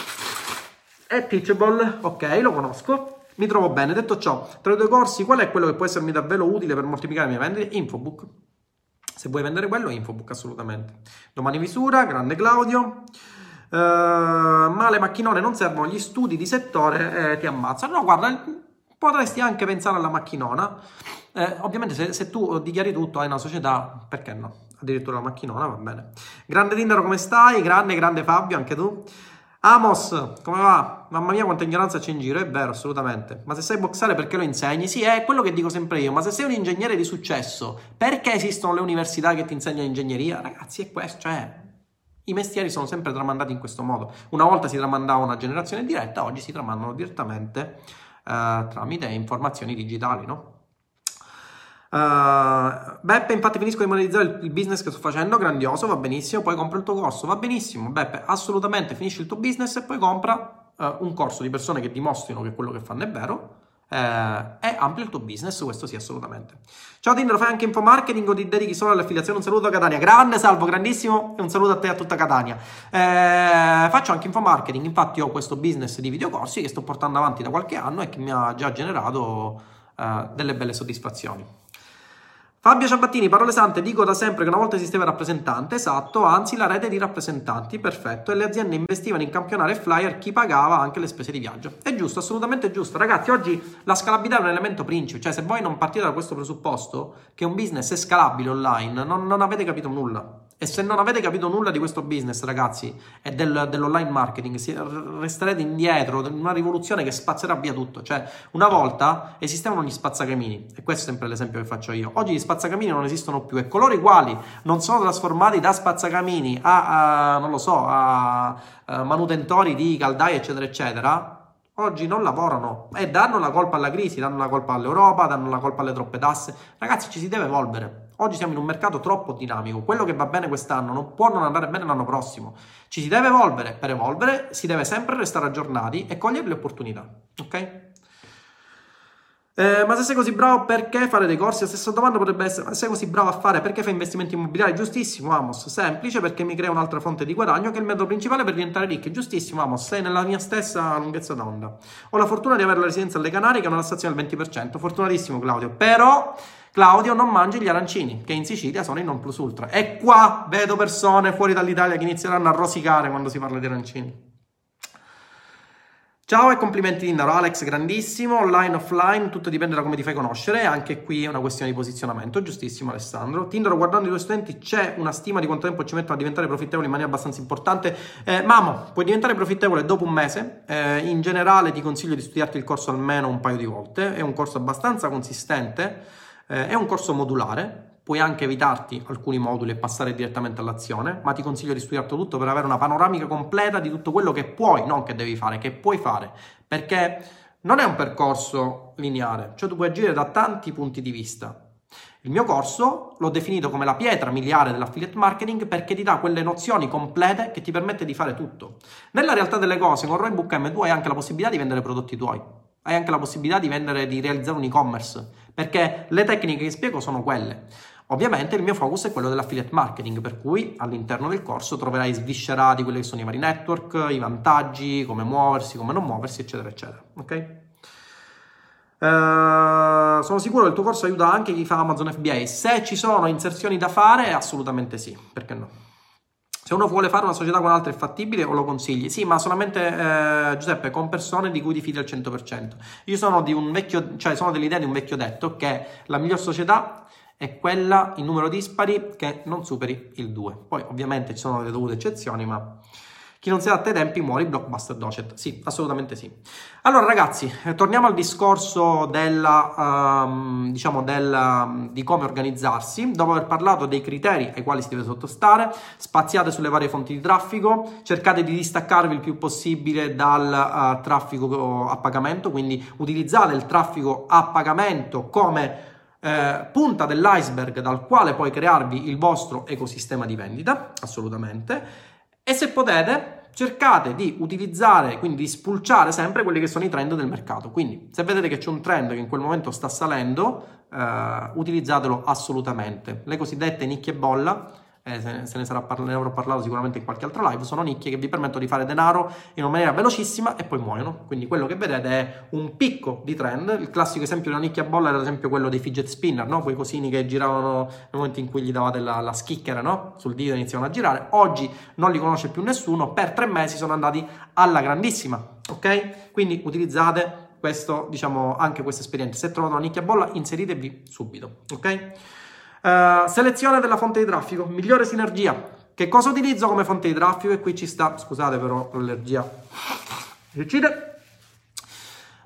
è Teachable, ok, lo conosco. Mi trovo bene. Detto ciò, tra i due corsi, qual è quello che può essermi davvero utile per moltiplicare le mie vendite? Infobook. Se vuoi vendere quello, Infobook, assolutamente. Domani misura, grande Claudio. Uh, ma le macchinone non servono, gli studi di settore eh, ti ammazzano. No, guarda, potresti anche pensare alla macchinona. Eh, ovviamente se, se tu dichiari tutto, hai una società, perché no? Addirittura la macchinona, va bene. Grande Tindaro, come stai? Grande, grande Fabio, anche tu. Amos, come va? mamma mia quanta ignoranza c'è in giro, è vero, assolutamente. Ma se sai boxare perché lo insegni? Sì, è quello che dico sempre io, ma se sei un ingegnere di successo, perché esistono le università che ti insegnano ingegneria? Ragazzi, è questo, cioè, i mestieri sono sempre tramandati in questo modo. Una volta si tramandava una generazione diretta, oggi si tramandano direttamente eh, tramite informazioni digitali, no? Uh, Beppe, infatti finisco di monetizzare il, il business che sto facendo, grandioso, va benissimo, poi compro il tuo corso, va benissimo. Beppe, assolutamente finisci il tuo business e poi compra uh, un corso di persone che dimostrino che quello che fanno è vero uh, e amplia il tuo business, questo sì, assolutamente. Ciao Tinder, fai anche infomarketing o ti dedichi solo all'affiliazione? Un saluto a Catania, grande Salvo, grandissimo, e un saluto a te e a tutta Catania. Eh, faccio anche infomarketing, infatti ho questo business di videocorsi che sto portando avanti da qualche anno e che mi ha già generato uh, delle belle soddisfazioni. Fabio Ciabattini, parole sante, dico da sempre che una volta esisteva il rappresentante, esatto, anzi la rete di rappresentanti, perfetto, e le aziende investivano in campionare flyer, chi pagava anche le spese di viaggio. È giusto, assolutamente giusto. Ragazzi, oggi la scalabilità è un elemento principe, cioè se voi non partite da questo presupposto, che un business è scalabile online, non, non avete capito nulla. E se non avete capito nulla di questo business, ragazzi, e del, dell'online marketing, si, resterete indietro in una rivoluzione che spazzerà via tutto. Cioè, una volta esistevano gli spazzacamini, e questo è sempre l'esempio che faccio io. Oggi gli spazzacamini non esistono più, e coloro i quali non sono trasformati da spazzacamini a, a non lo so, a, a manutentori di caldaie, eccetera, eccetera, oggi non lavorano e danno la colpa alla crisi, danno la colpa all'Europa, danno la colpa alle troppe tasse. Ragazzi, ci si deve evolvere. Oggi siamo in un mercato troppo dinamico, quello che va bene quest'anno non può non andare bene l'anno prossimo. Ci si deve evolvere, per evolvere si deve sempre restare aggiornati e cogliere le opportunità, ok? Eh, ma se sei così bravo, perché fare dei corsi? La stessa domanda potrebbe essere, ma se sei così bravo a fare, perché fai investimenti immobiliari? Giustissimo, Amos, semplice, perché mi crea un'altra fonte di guadagno che è il metodo principale per diventare ricchi. Giustissimo, Amos, sei nella mia stessa lunghezza d'onda. Ho la fortuna di avere la residenza alle Canarie, che è una tassazione al venti per cento, fortunatissimo Claudio, però Claudio non mangi gli arancini, che in Sicilia sono il non plus ultra. E qua vedo persone fuori dall'Italia che inizieranno a rosicare quando si parla di arancini. Ciao e complimenti Tinder, Alex, grandissimo, online, offline, tutto dipende da come ti fai conoscere, anche qui è una questione di posizionamento, giustissimo Alessandro. Tinder, guardando i tuoi studenti, c'è una stima di quanto tempo ci mettono a diventare profittevoli in maniera abbastanza importante? Eh, Mamo, puoi diventare profittevole dopo un mese, eh, in generale ti consiglio di studiarti il corso almeno un paio di volte, è un corso abbastanza consistente, eh, è un corso modulare. Puoi anche evitarti alcuni moduli e passare direttamente all'azione, ma ti consiglio di studiarlo tutto per avere una panoramica completa di tutto quello che puoi, non che devi fare, che puoi fare, perché non è un percorso lineare, cioè tu puoi agire da tanti punti di vista. Il mio corso l'ho definito come la pietra miliare dell'affiliate marketing perché ti dà quelle nozioni complete che ti permette di fare tutto. Nella realtà delle cose, con Roybook M tu hai anche la possibilità di vendere prodotti tuoi, hai anche la possibilità di vendere, di realizzare un e-commerce, perché le tecniche che spiego sono quelle. Ovviamente il mio focus è quello dell'affiliate marketing, per cui all'interno del corso troverai sviscerati quelli che sono i vari network, i vantaggi, come muoversi, come non muoversi, eccetera, eccetera. Ok? Uh, sono sicuro che il tuo corso aiuta anche chi fa Amazon F B A. Se ci sono inserzioni da fare, assolutamente sì, perché no? Se uno vuole fare una società con altri è fattibile o lo consigli? Sì, ma solamente, eh, Giuseppe, con persone di cui ti fidi al cento per cento. Io sono di un vecchio, cioè sono dell'idea di un vecchio detto che la miglior società è quella in numero dispari che non superi il due. Poi ovviamente ci sono le dovute eccezioni, ma chi non si adatta ai tempi muore, blockbuster docet. Sì, assolutamente sì. Allora ragazzi, eh, torniamo al discorso della, um, diciamo del, di come organizzarsi. Dopo aver parlato dei criteri ai quali si deve sottostare, spaziate sulle varie fonti di traffico, cercate di distaccarvi il più possibile dal uh, traffico a pagamento, quindi utilizzate il traffico a pagamento come Eh, punta dell'iceberg dal quale poi crearvi il vostro ecosistema di vendita, assolutamente, e se potete cercate di utilizzare, quindi di spulciare sempre quelli che sono i trend del mercato. Quindi se vedete che c'è un trend che in quel momento sta salendo, eh, utilizzatelo assolutamente. Le cosiddette nicchie bolla, eh, se, se ne, sarà parla, ne avrò parlato sicuramente in qualche altra live, sono nicchie che vi permettono di fare denaro in una maniera velocissima e poi muoiono. Quindi quello che vedete è un picco di trend. Il classico esempio di una nicchia bolla era ad esempio quello dei fidget spinner, no? Quei cosini che giravano nel momento in cui gli davate la, la schicchera, no? Sul dito iniziavano a girare. Oggi non li conosce più nessuno, per tre mesi sono andati alla grandissima, ok? Quindi utilizzate questo, diciamo, anche questa esperienza. Se trovate una nicchia bolla, inseritevi subito, ok? Uh, selezione della fonte di traffico, migliore sinergia. Che cosa utilizzo come fonte di traffico? E qui ci sta, scusate però l'allergia,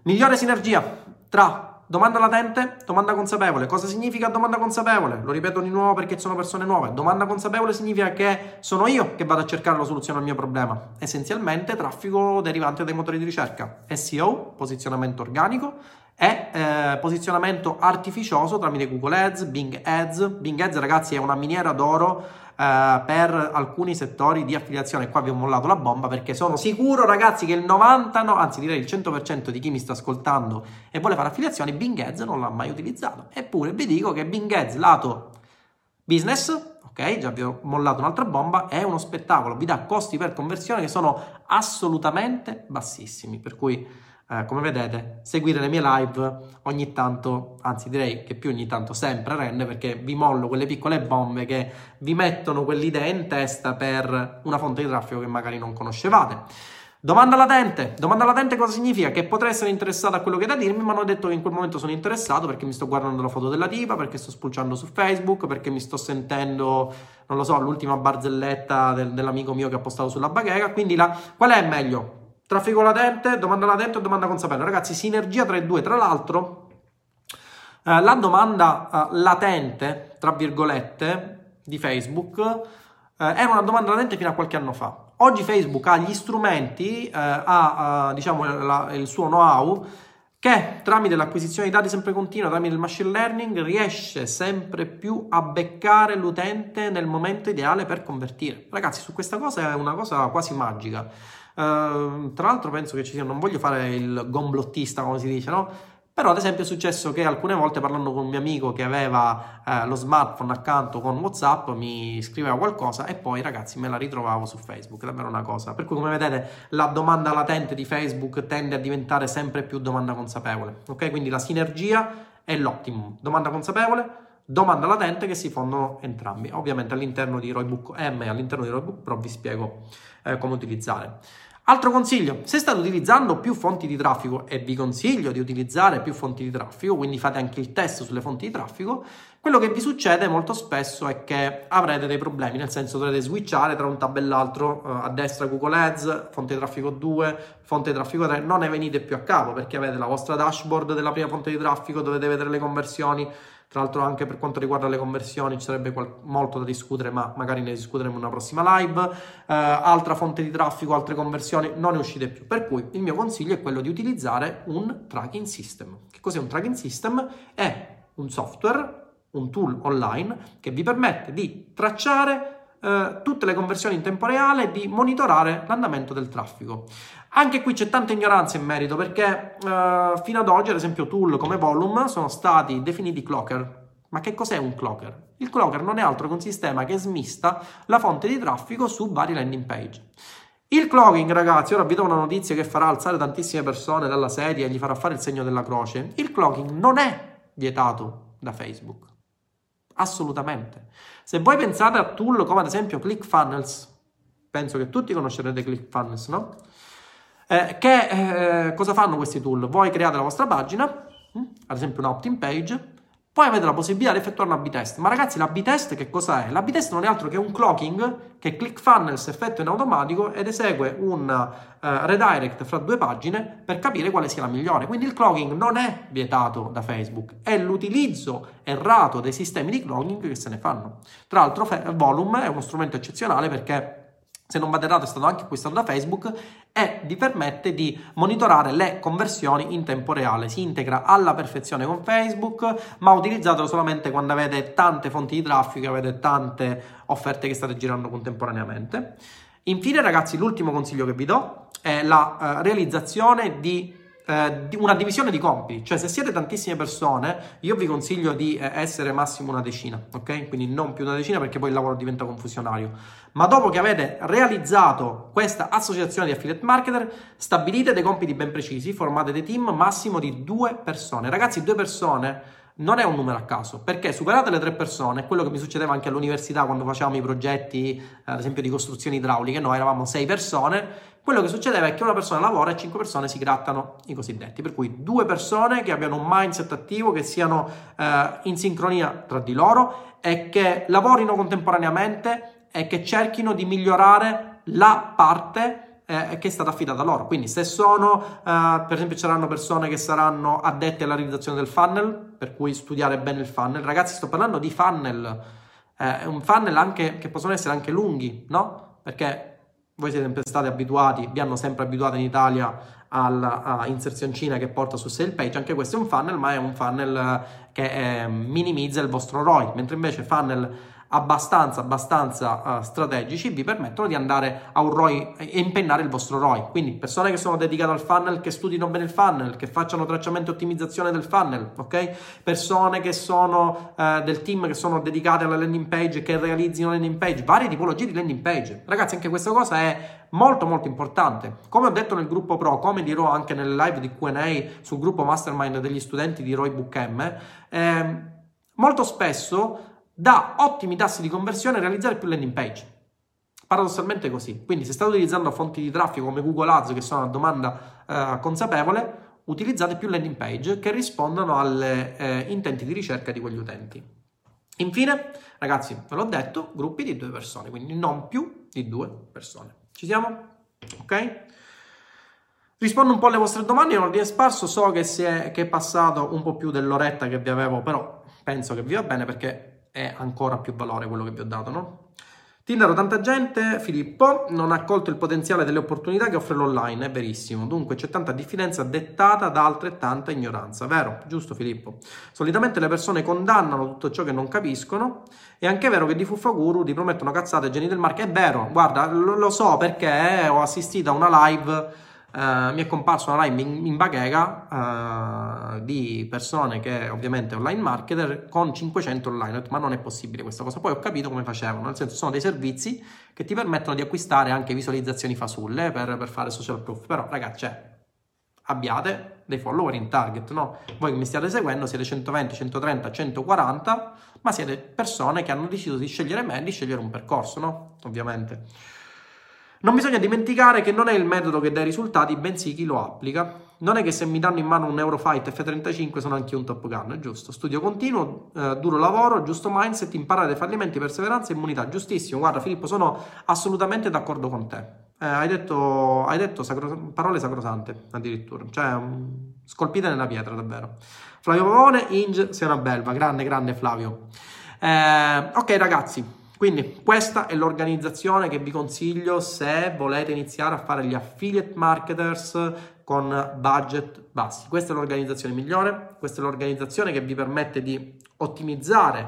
Migliore sinergia tra domanda latente, domanda consapevole. Cosa significa domanda consapevole? Lo ripeto di nuovo perché sono persone nuove. Domanda consapevole significa che sono io che vado a cercare la soluzione al mio problema. Essenzialmente traffico derivante dai motori di ricerca, S E O, posizionamento organico, e eh, posizionamento artificioso tramite Google Ads, Bing Ads. Bing Ads, ragazzi, è una miniera d'oro eh, per alcuni settori di affiliazione. Qua vi ho mollato la bomba perché sono sicuro, ragazzi, che il novanta, no, anzi direi il cento per cento di chi mi sta ascoltando e vuole fare affiliazioni, Bing Ads non l'ha mai utilizzato. Eppure vi dico che Bing Ads lato business, ok, già vi ho mollato un'altra bomba, è uno spettacolo, vi dà costi per conversione che sono assolutamente bassissimi, per cui Eh, come vedete, seguire le mie live ogni tanto, anzi direi che più ogni tanto sempre rende, perché vi mollo quelle piccole bombe che vi mettono quell'idea in testa per una fonte di traffico che magari non conoscevate. Domanda latente. Domanda latente cosa significa? Che potrei essere interessato a quello che è da dirmi, ma hanno detto che in quel momento sono interessato perché mi sto guardando la foto della tipa, perché sto spulciando su Facebook, perché mi sto sentendo, non lo so, l'ultima barzelletta del, dell'amico mio che ha postato sulla bacheca. Quindi la, qual è meglio? Traffico latente, domanda latente o domanda consapevole? Ragazzi, sinergia tra i due. Tra l'altro, eh, la domanda eh, latente, tra virgolette, di Facebook, eh, era una domanda latente fino a qualche anno fa. Oggi Facebook ha gli strumenti, eh, ha eh, diciamo la, il suo know-how, che tramite l'acquisizione di dati sempre continua, tramite il machine learning, riesce sempre più a beccare l'utente nel momento ideale per convertire. Ragazzi, su questa cosa è una cosa quasi magica. Uh, tra l'altro penso che ci sia, non voglio fare il gomblottista come si dice, no? Però ad esempio è successo che alcune volte parlando con un mio amico che aveva eh, lo smartphone accanto con WhatsApp mi scriveva qualcosa e poi, ragazzi, me la ritrovavo su Facebook, davvero una cosa. Per cui, come vedete, la domanda latente di Facebook tende a diventare sempre più domanda consapevole, ok? Quindi la sinergia è l'optimum, domanda consapevole, domanda latente, che si fondono entrambi. Ovviamente all'interno di Roybook M e all'interno di Roybook Pro vi spiego eh, come utilizzare. Altro consiglio, se state utilizzando più fonti di traffico, e vi consiglio di utilizzare più fonti di traffico, quindi fate anche il test sulle fonti di traffico, quello che vi succede molto spesso è che avrete dei problemi, nel senso dovrete switchare tra un tab e l'altro, eh, a destra Google Ads, fonte di traffico due, fonte di traffico tre, non ne venite più a capo perché avete la vostra dashboard della prima fonte di traffico, dovete vedere le conversioni. Tra l'altro anche per quanto riguarda le conversioni ci sarebbe molto da discutere, ma magari ne discuteremo in una prossima live. Eh, altra fonte di traffico, altre conversioni, non ne uscite più. Per cui il mio consiglio è quello di utilizzare un tracking system. Che cos'è un tracking system? È un software, un tool online che vi permette di tracciare eh, tutte le conversioni in tempo reale e di monitorare l'andamento del traffico. Anche qui c'è tanta ignoranza in merito perché uh, fino ad oggi, ad esempio, tool come Volume sono stati definiti clocker. Ma che cos'è un clocker? Il clocker non è altro che un sistema che smista la fonte di traffico su vari landing page. Il clogging, ragazzi, ora vi do una notizia che farà alzare tantissime persone dalla sedia e gli farà fare il segno della croce. Il clogging non è vietato da Facebook. Assolutamente. Se voi pensate a tool come ad esempio ClickFunnels, penso che tutti conoscerete ClickFunnels, no? Eh, che eh, cosa fanno questi tool? Voi create la vostra pagina, hm, ad esempio una opt-in page, poi avete la possibilità di effettuare una A B test. Ma ragazzi, la A B test che cosa è? La A B test non è altro che un clocking che ClickFunnels effettua in automatico ed esegue un uh, redirect fra due pagine per capire quale sia la migliore. Quindi il clocking non è vietato da Facebook, è l'utilizzo errato dei sistemi di clocking che se ne fanno. Tra l'altro Volume è uno strumento eccezionale perché, se non vado errato, è stato anche acquistato da Facebook e vi permette di monitorare le conversioni in tempo reale. Si integra alla perfezione con Facebook, ma utilizzatelo solamente quando avete tante fonti di traffico, avete tante offerte che state girando contemporaneamente. Infine, ragazzi, l'ultimo consiglio che vi do è la uh, realizzazione di Eh, di una divisione di compiti. Cioè, se siete tantissime persone, io vi consiglio di eh, essere massimo una decina, ok? Quindi non più una decina perché poi il lavoro diventa confusionario. Ma dopo che avete realizzato questa associazione di affiliate marketer, stabilite dei compiti ben precisi, formate dei team massimo di due persone. Ragazzi, due persone non è un numero a caso, perché superate le tre persone, quello che mi succedeva anche all'università quando facevamo i progetti, ad esempio di costruzioni idrauliche, noi eravamo sei persone, quello che succedeva è che una persona lavora e cinque persone si grattano i cosiddetti, per cui due persone che abbiano un mindset attivo, che siano eh, in sincronia tra di loro e che lavorino contemporaneamente e che cerchino di migliorare la parte eh, che è stata affidata loro. Quindi se sono, eh, per esempio, saranno persone che saranno addette alla realizzazione del funnel, per cui studiare bene il funnel. Ragazzi, sto parlando di funnel, eh, un funnel anche che possono essere anche lunghi, no? Perché voi siete sempre stati abituati, vi hanno sempre abituato in Italia alla inserzioncina che porta su sale page. Anche questo è un funnel, ma è un funnel che eh, minimizza il vostro R O I, mentre invece funnel abbastanza abbastanza uh, strategici vi permettono di andare a un R O I e impennare il vostro R O I. Quindi persone che sono dedicate al funnel, che studino bene il funnel, che facciano tracciamento e ottimizzazione del funnel, ok? Persone che sono uh, del team che sono dedicate alla landing page, che realizzino landing page, varie tipologie di landing page. Ragazzi, anche questa cosa è molto molto importante. Come ho detto nel gruppo pro, come dirò anche nelle live di Q and A sul gruppo mastermind degli studenti di R O I Book M, eh, molto spesso dà ottimi tassi di conversione realizzare più landing page. Paradossalmente è così. Quindi se state utilizzando fonti di traffico come Google Ads, che sono a domanda eh, consapevole, utilizzate più landing page che rispondono alle eh, intenti di ricerca di quegli utenti. Infine, ragazzi, ve l'ho detto, gruppi di due persone, quindi non più di due persone. Ci siamo? Ok? Rispondo un po' alle vostre domande in ordine sparso. So che, si è, che è passato un po' più dell'oretta che vi avevo, però penso che vi va bene perché è ancora più valore quello che vi ho dato, no? Tinder, tanta gente, Filippo, non ha colto il potenziale delle opportunità che offre l'online, è verissimo. Dunque c'è tanta diffidenza dettata da altrettanta ignoranza, vero? Giusto, Filippo? Solitamente le persone condannano tutto ciò che non capiscono. È anche vero che di Fuffaguru ti promettono cazzate geni del marketing. È vero, guarda, lo, lo so perché ho assistito a una live. Uh, mi è comparso una live in, in bacheca uh, di persone che ovviamente online marketer con cinquecento online, ma non è possibile questa cosa. Poi ho capito come facevano, nel senso sono dei servizi che ti permettono di acquistare anche visualizzazioni fasulle per, per fare social proof. Però ragazzi, cioè, abbiate dei follower in target, no? Voi che mi stiate seguendo siete centoventi, centotrenta, centoquaranta, ma siete persone che hanno deciso di scegliere me e di scegliere un percorso, no? Ovviamente. Non bisogna dimenticare che non è il metodo che dà i risultati, bensì chi lo applica. Non è che se mi danno in mano un Eurofight F trentacinque sono anche un Top Gun, è giusto. Studio continuo, eh, duro lavoro, giusto mindset, imparare dai fallimenti, perseveranza e immunità. Giustissimo, guarda Filippo, sono assolutamente d'accordo con te. Eh, hai detto, hai detto sacro, parole sacrosante addirittura, cioè um, scolpite nella pietra davvero. Flavio Pavone, Inge, sei una belva, grande grande Flavio. Eh, ok ragazzi. Quindi questa è l'organizzazione che vi consiglio se volete iniziare a fare gli affiliate marketers con budget bassi. Questa è l'organizzazione migliore, questa è l'organizzazione che vi permette di ottimizzare,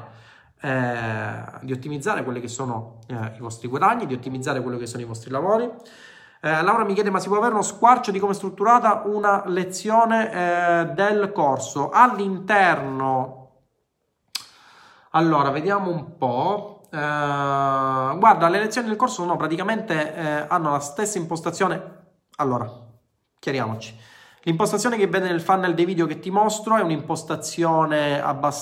eh, di ottimizzare quelli che sono eh, i vostri guadagni, di ottimizzare quelli che sono i vostri lavori. Eh, Laura mi chiede, ma si può avere uno squarcio di come è strutturata una lezione eh, del corso? All'interno, allora, vediamo un po'. Uh, guarda, le lezioni del corso sono praticamente eh, hanno la stessa impostazione. Allora, chiariamoci. L'impostazione che vede nel funnel dei video che ti mostro è un'impostazione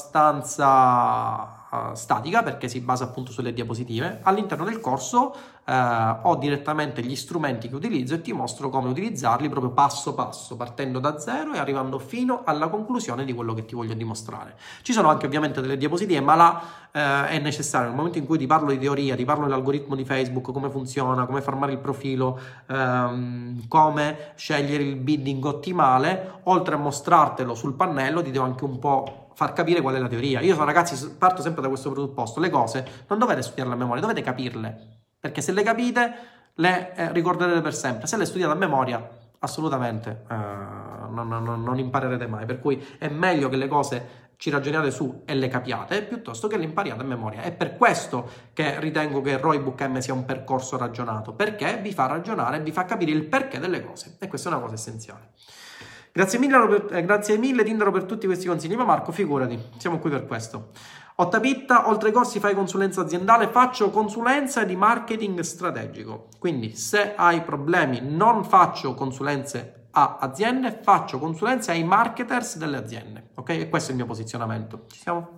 abbastanza uh, statica, perché si basa appunto sulle diapositive. All'interno del corso uh, ho direttamente gli strumenti che utilizzo e ti mostro come utilizzarli proprio passo passo, partendo da zero e arrivando fino alla conclusione di quello che ti voglio dimostrare. Ci sono anche ovviamente delle diapositive, ma là uh, è necessario. Nel momento in cui ti parlo di teoria, ti parlo dell'algoritmo di Facebook, come funziona, come farmare il profilo, um, come scegliere il bidding ottimale, oltre a mostrartelo sul pannello ti devo anche un po' far capire qual è la teoria. Io sono, ragazzi, parto sempre da questo presupposto: le cose non dovete studiarle a memoria, dovete capirle, perché se le capite le eh, ricorderete per sempre. Se le studiate a memoria assolutamente eh, non, non, non imparerete mai, per cui è meglio che le cose ci ragioniate su e le capiate piuttosto che le impariate a memoria. È per questo che ritengo che R O I Book M sia un percorso ragionato, perché vi fa ragionare e vi fa capire il perché delle cose, e questa è una cosa essenziale. Grazie mille, eh, grazie mille Tindaro per tutti questi consigli. Ma Marco, figurati, siamo qui per questo. Ottapitta, oltre ai corsi fai consulenza aziendale? Faccio consulenza di marketing strategico, quindi se hai problemi non faccio consulenze a aziende, faccio consulenze ai marketers delle aziende, ok? E questo è il mio posizionamento. Ci siamo?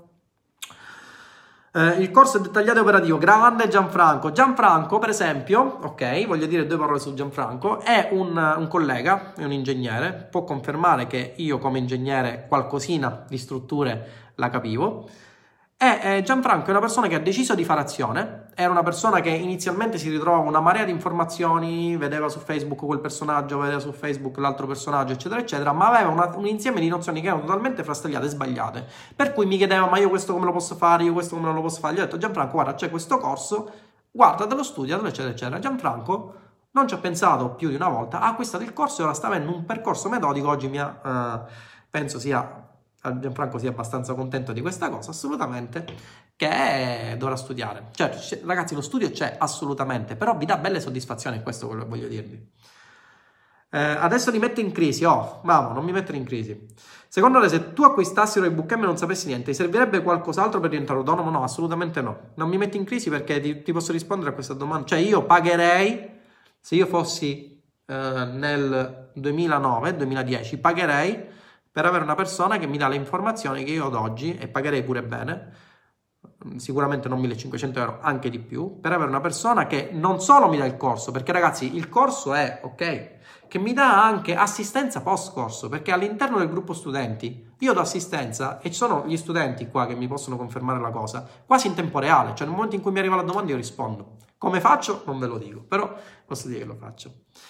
Eh, il corso è dettagliato e operativo, grande Gianfranco. Gianfranco, per esempio, ok, voglio dire due parole su Gianfranco, è un, un collega, è un ingegnere, può confermare che io come ingegnere qualcosina di strutture la capivo. È E eh, Gianfranco è una persona che ha deciso di fare azione, era una persona che inizialmente si ritrovava una marea di informazioni, vedeva su Facebook quel personaggio, vedeva su Facebook l'altro personaggio, eccetera, eccetera, ma aveva una, un insieme di nozioni che erano totalmente frastagliate e sbagliate. Per cui mi chiedeva, ma io questo come lo posso fare, io questo come non lo posso fare? Gli ho detto, Gianfranco, guarda, c'è questo corso, guardatelo, studiatelo, eccetera, eccetera. Gianfranco non ci ho pensato più di una volta, ha acquistato il corso e ora sta avendo un percorso metodico, oggi mi ha, eh, penso sia... Gianfranco sia abbastanza contento di questa cosa, assolutamente, che dovrà studiare. Certo, ragazzi, lo studio c'è assolutamente, però vi dà belle soddisfazioni, questo è quello che voglio dirvi. Eh, adesso li metto in crisi, oh, mamma, non mi mettere in crisi. Secondo lei, se tu acquistassi il Bootcamp e non sapessi niente, ti servirebbe qualcos'altro per diventare autonomo? No, assolutamente no. Non mi metti in crisi perché ti, ti posso rispondere a questa domanda. Cioè, io pagherei, se io fossi eh, nel duemilanove duemiladieci, pagherei per avere una persona che mi dà le informazioni che io ho ad oggi, e pagherei pure bene, sicuramente non millecinquecento euro, anche di più, per avere una persona che non solo mi dà il corso, perché ragazzi il corso è, ok, che mi dà anche assistenza post corso, perché all'interno del gruppo studenti io do assistenza e ci sono gli studenti qua che mi possono confermare la cosa, quasi in tempo reale, cioè nel momento in cui mi arriva la domanda io rispondo. Come faccio? Non ve lo dico, però posso dire che lo faccio.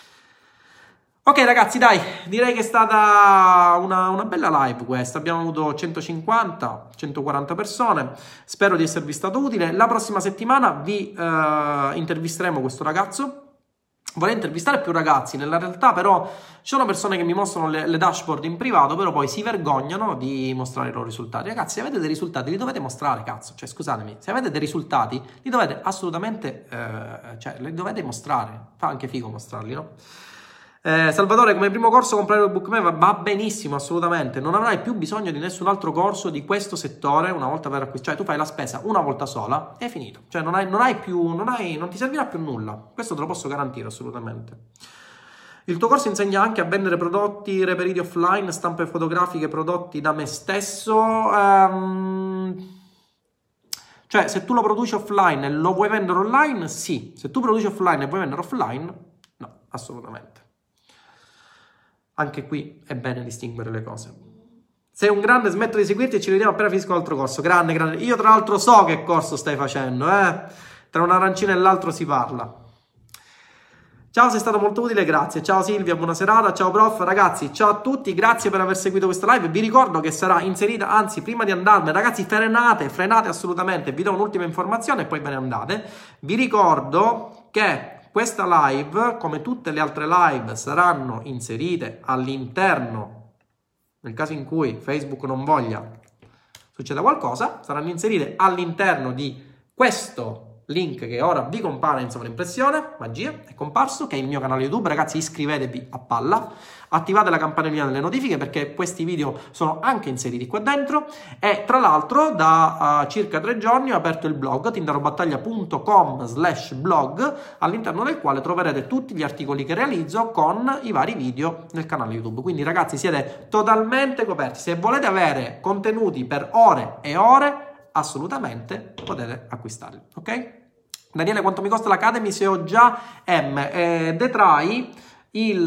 Ok ragazzi, dai, direi che è stata una, una bella live questa, abbiamo avuto centocinquanta centoquaranta persone, spero di esservi stato utile. La prossima settimana vi eh, intervisteremo questo ragazzo. Vorrei intervistare più ragazzi, nella realtà però ci sono persone che mi mostrano le, le dashboard in privato, però poi si vergognano di mostrare i loro risultati. Ragazzi, se avete dei risultati li dovete mostrare, cazzo, cioè scusatemi, se avete dei risultati li dovete assolutamente, eh, cioè li dovete mostrare, fa anche figo mostrarli, no? Eh, Salvatore, come primo corso comprare il Bootcamp va benissimo, assolutamente. Non avrai più bisogno di nessun altro corso di questo settore una volta per acquistare. Cioè, tu fai la spesa una volta sola e è finito. Cioè, non hai, non hai più, non hai, non ti servirà più nulla. Questo te lo posso garantire, assolutamente. Il tuo corso insegna anche a vendere prodotti reperiti offline, stampe fotografiche, prodotti da me stesso. Um... Cioè, se tu lo produci offline e lo vuoi vendere online, sì. Se tu produci offline e vuoi vendere offline, no, assolutamente. Anche qui è bene distinguere le cose. Sei un grande, smetto di seguirti e ci vediamo appena finisco l'altro corso. Grande, grande. Io tra l'altro so che corso stai facendo, eh? Tra un'arancina e l'altro si parla. Ciao, sei stato molto utile, grazie. Ciao Silvia, buona serata. Ciao prof, ragazzi, ciao a tutti. Grazie per aver seguito questa live. Vi ricordo che sarà inserita, anzi, prima di andarmene, ragazzi, frenate, frenate assolutamente. Vi do un'ultima informazione e poi ve ne andate. Vi ricordo che questa live, come tutte le altre live, saranno inserite all'interno, nel caso in cui Facebook non voglia succeda qualcosa, saranno inserite all'interno di questo link che ora vi compare in sovraimpressione, magia, è comparso, che è il mio canale YouTube. Ragazzi, iscrivetevi a palla, attivate la campanellina delle notifiche perché questi video sono anche inseriti qua dentro. E tra l'altro da uh, circa tre giorni ho aperto il blog tindarobattaglia punto com slash blog, all'interno del quale troverete tutti gli articoli che realizzo con i vari video nel canale YouTube. Quindi ragazzi, siete totalmente coperti. Se volete avere contenuti per ore e ore, assolutamente potete acquistarli, ok? Daniele, quanto mi costa l'Academy se ho già M? Eh, detrai il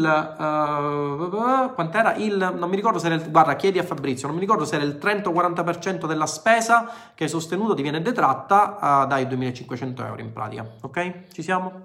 uh, quant'era il non mi ricordo se era il, guarda, chiedi a Fabrizio, non mi ricordo se era il trenta o quaranta per cento della spesa che hai sostenuto ti viene detratta uh, dai duemilacinquecento euro in pratica, ok? Ci siamo?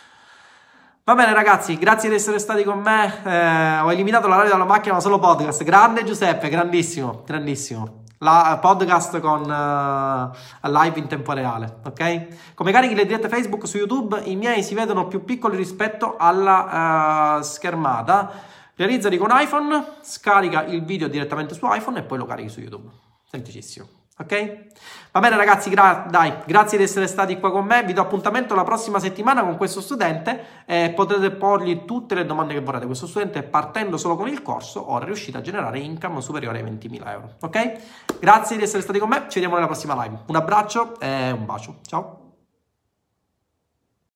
Va bene ragazzi, grazie di essere stati con me. Eh, ho eliminato la radio dalla macchina ma solo podcast. Grande Giuseppe, grandissimo, grandissimo. La podcast con uh, live in tempo reale, ok? Come carichi le dirette Facebook su YouTube, i miei si vedono più piccoli rispetto alla uh, schermata. Realizzali con iPhone, scarica il video direttamente su iPhone e poi lo carichi su YouTube. Semplicissimo, ok? Va bene ragazzi, gra dai, grazie di essere stati qua con me. Vi do appuntamento la prossima settimana con questo studente e potrete porgli tutte le domande che vorrete. Questo studente, partendo solo con il corso, ora è riuscito a generare income superiore ai ventimila euro, ok? Grazie di essere stati con me, ci vediamo nella prossima live. Un abbraccio e un bacio, ciao!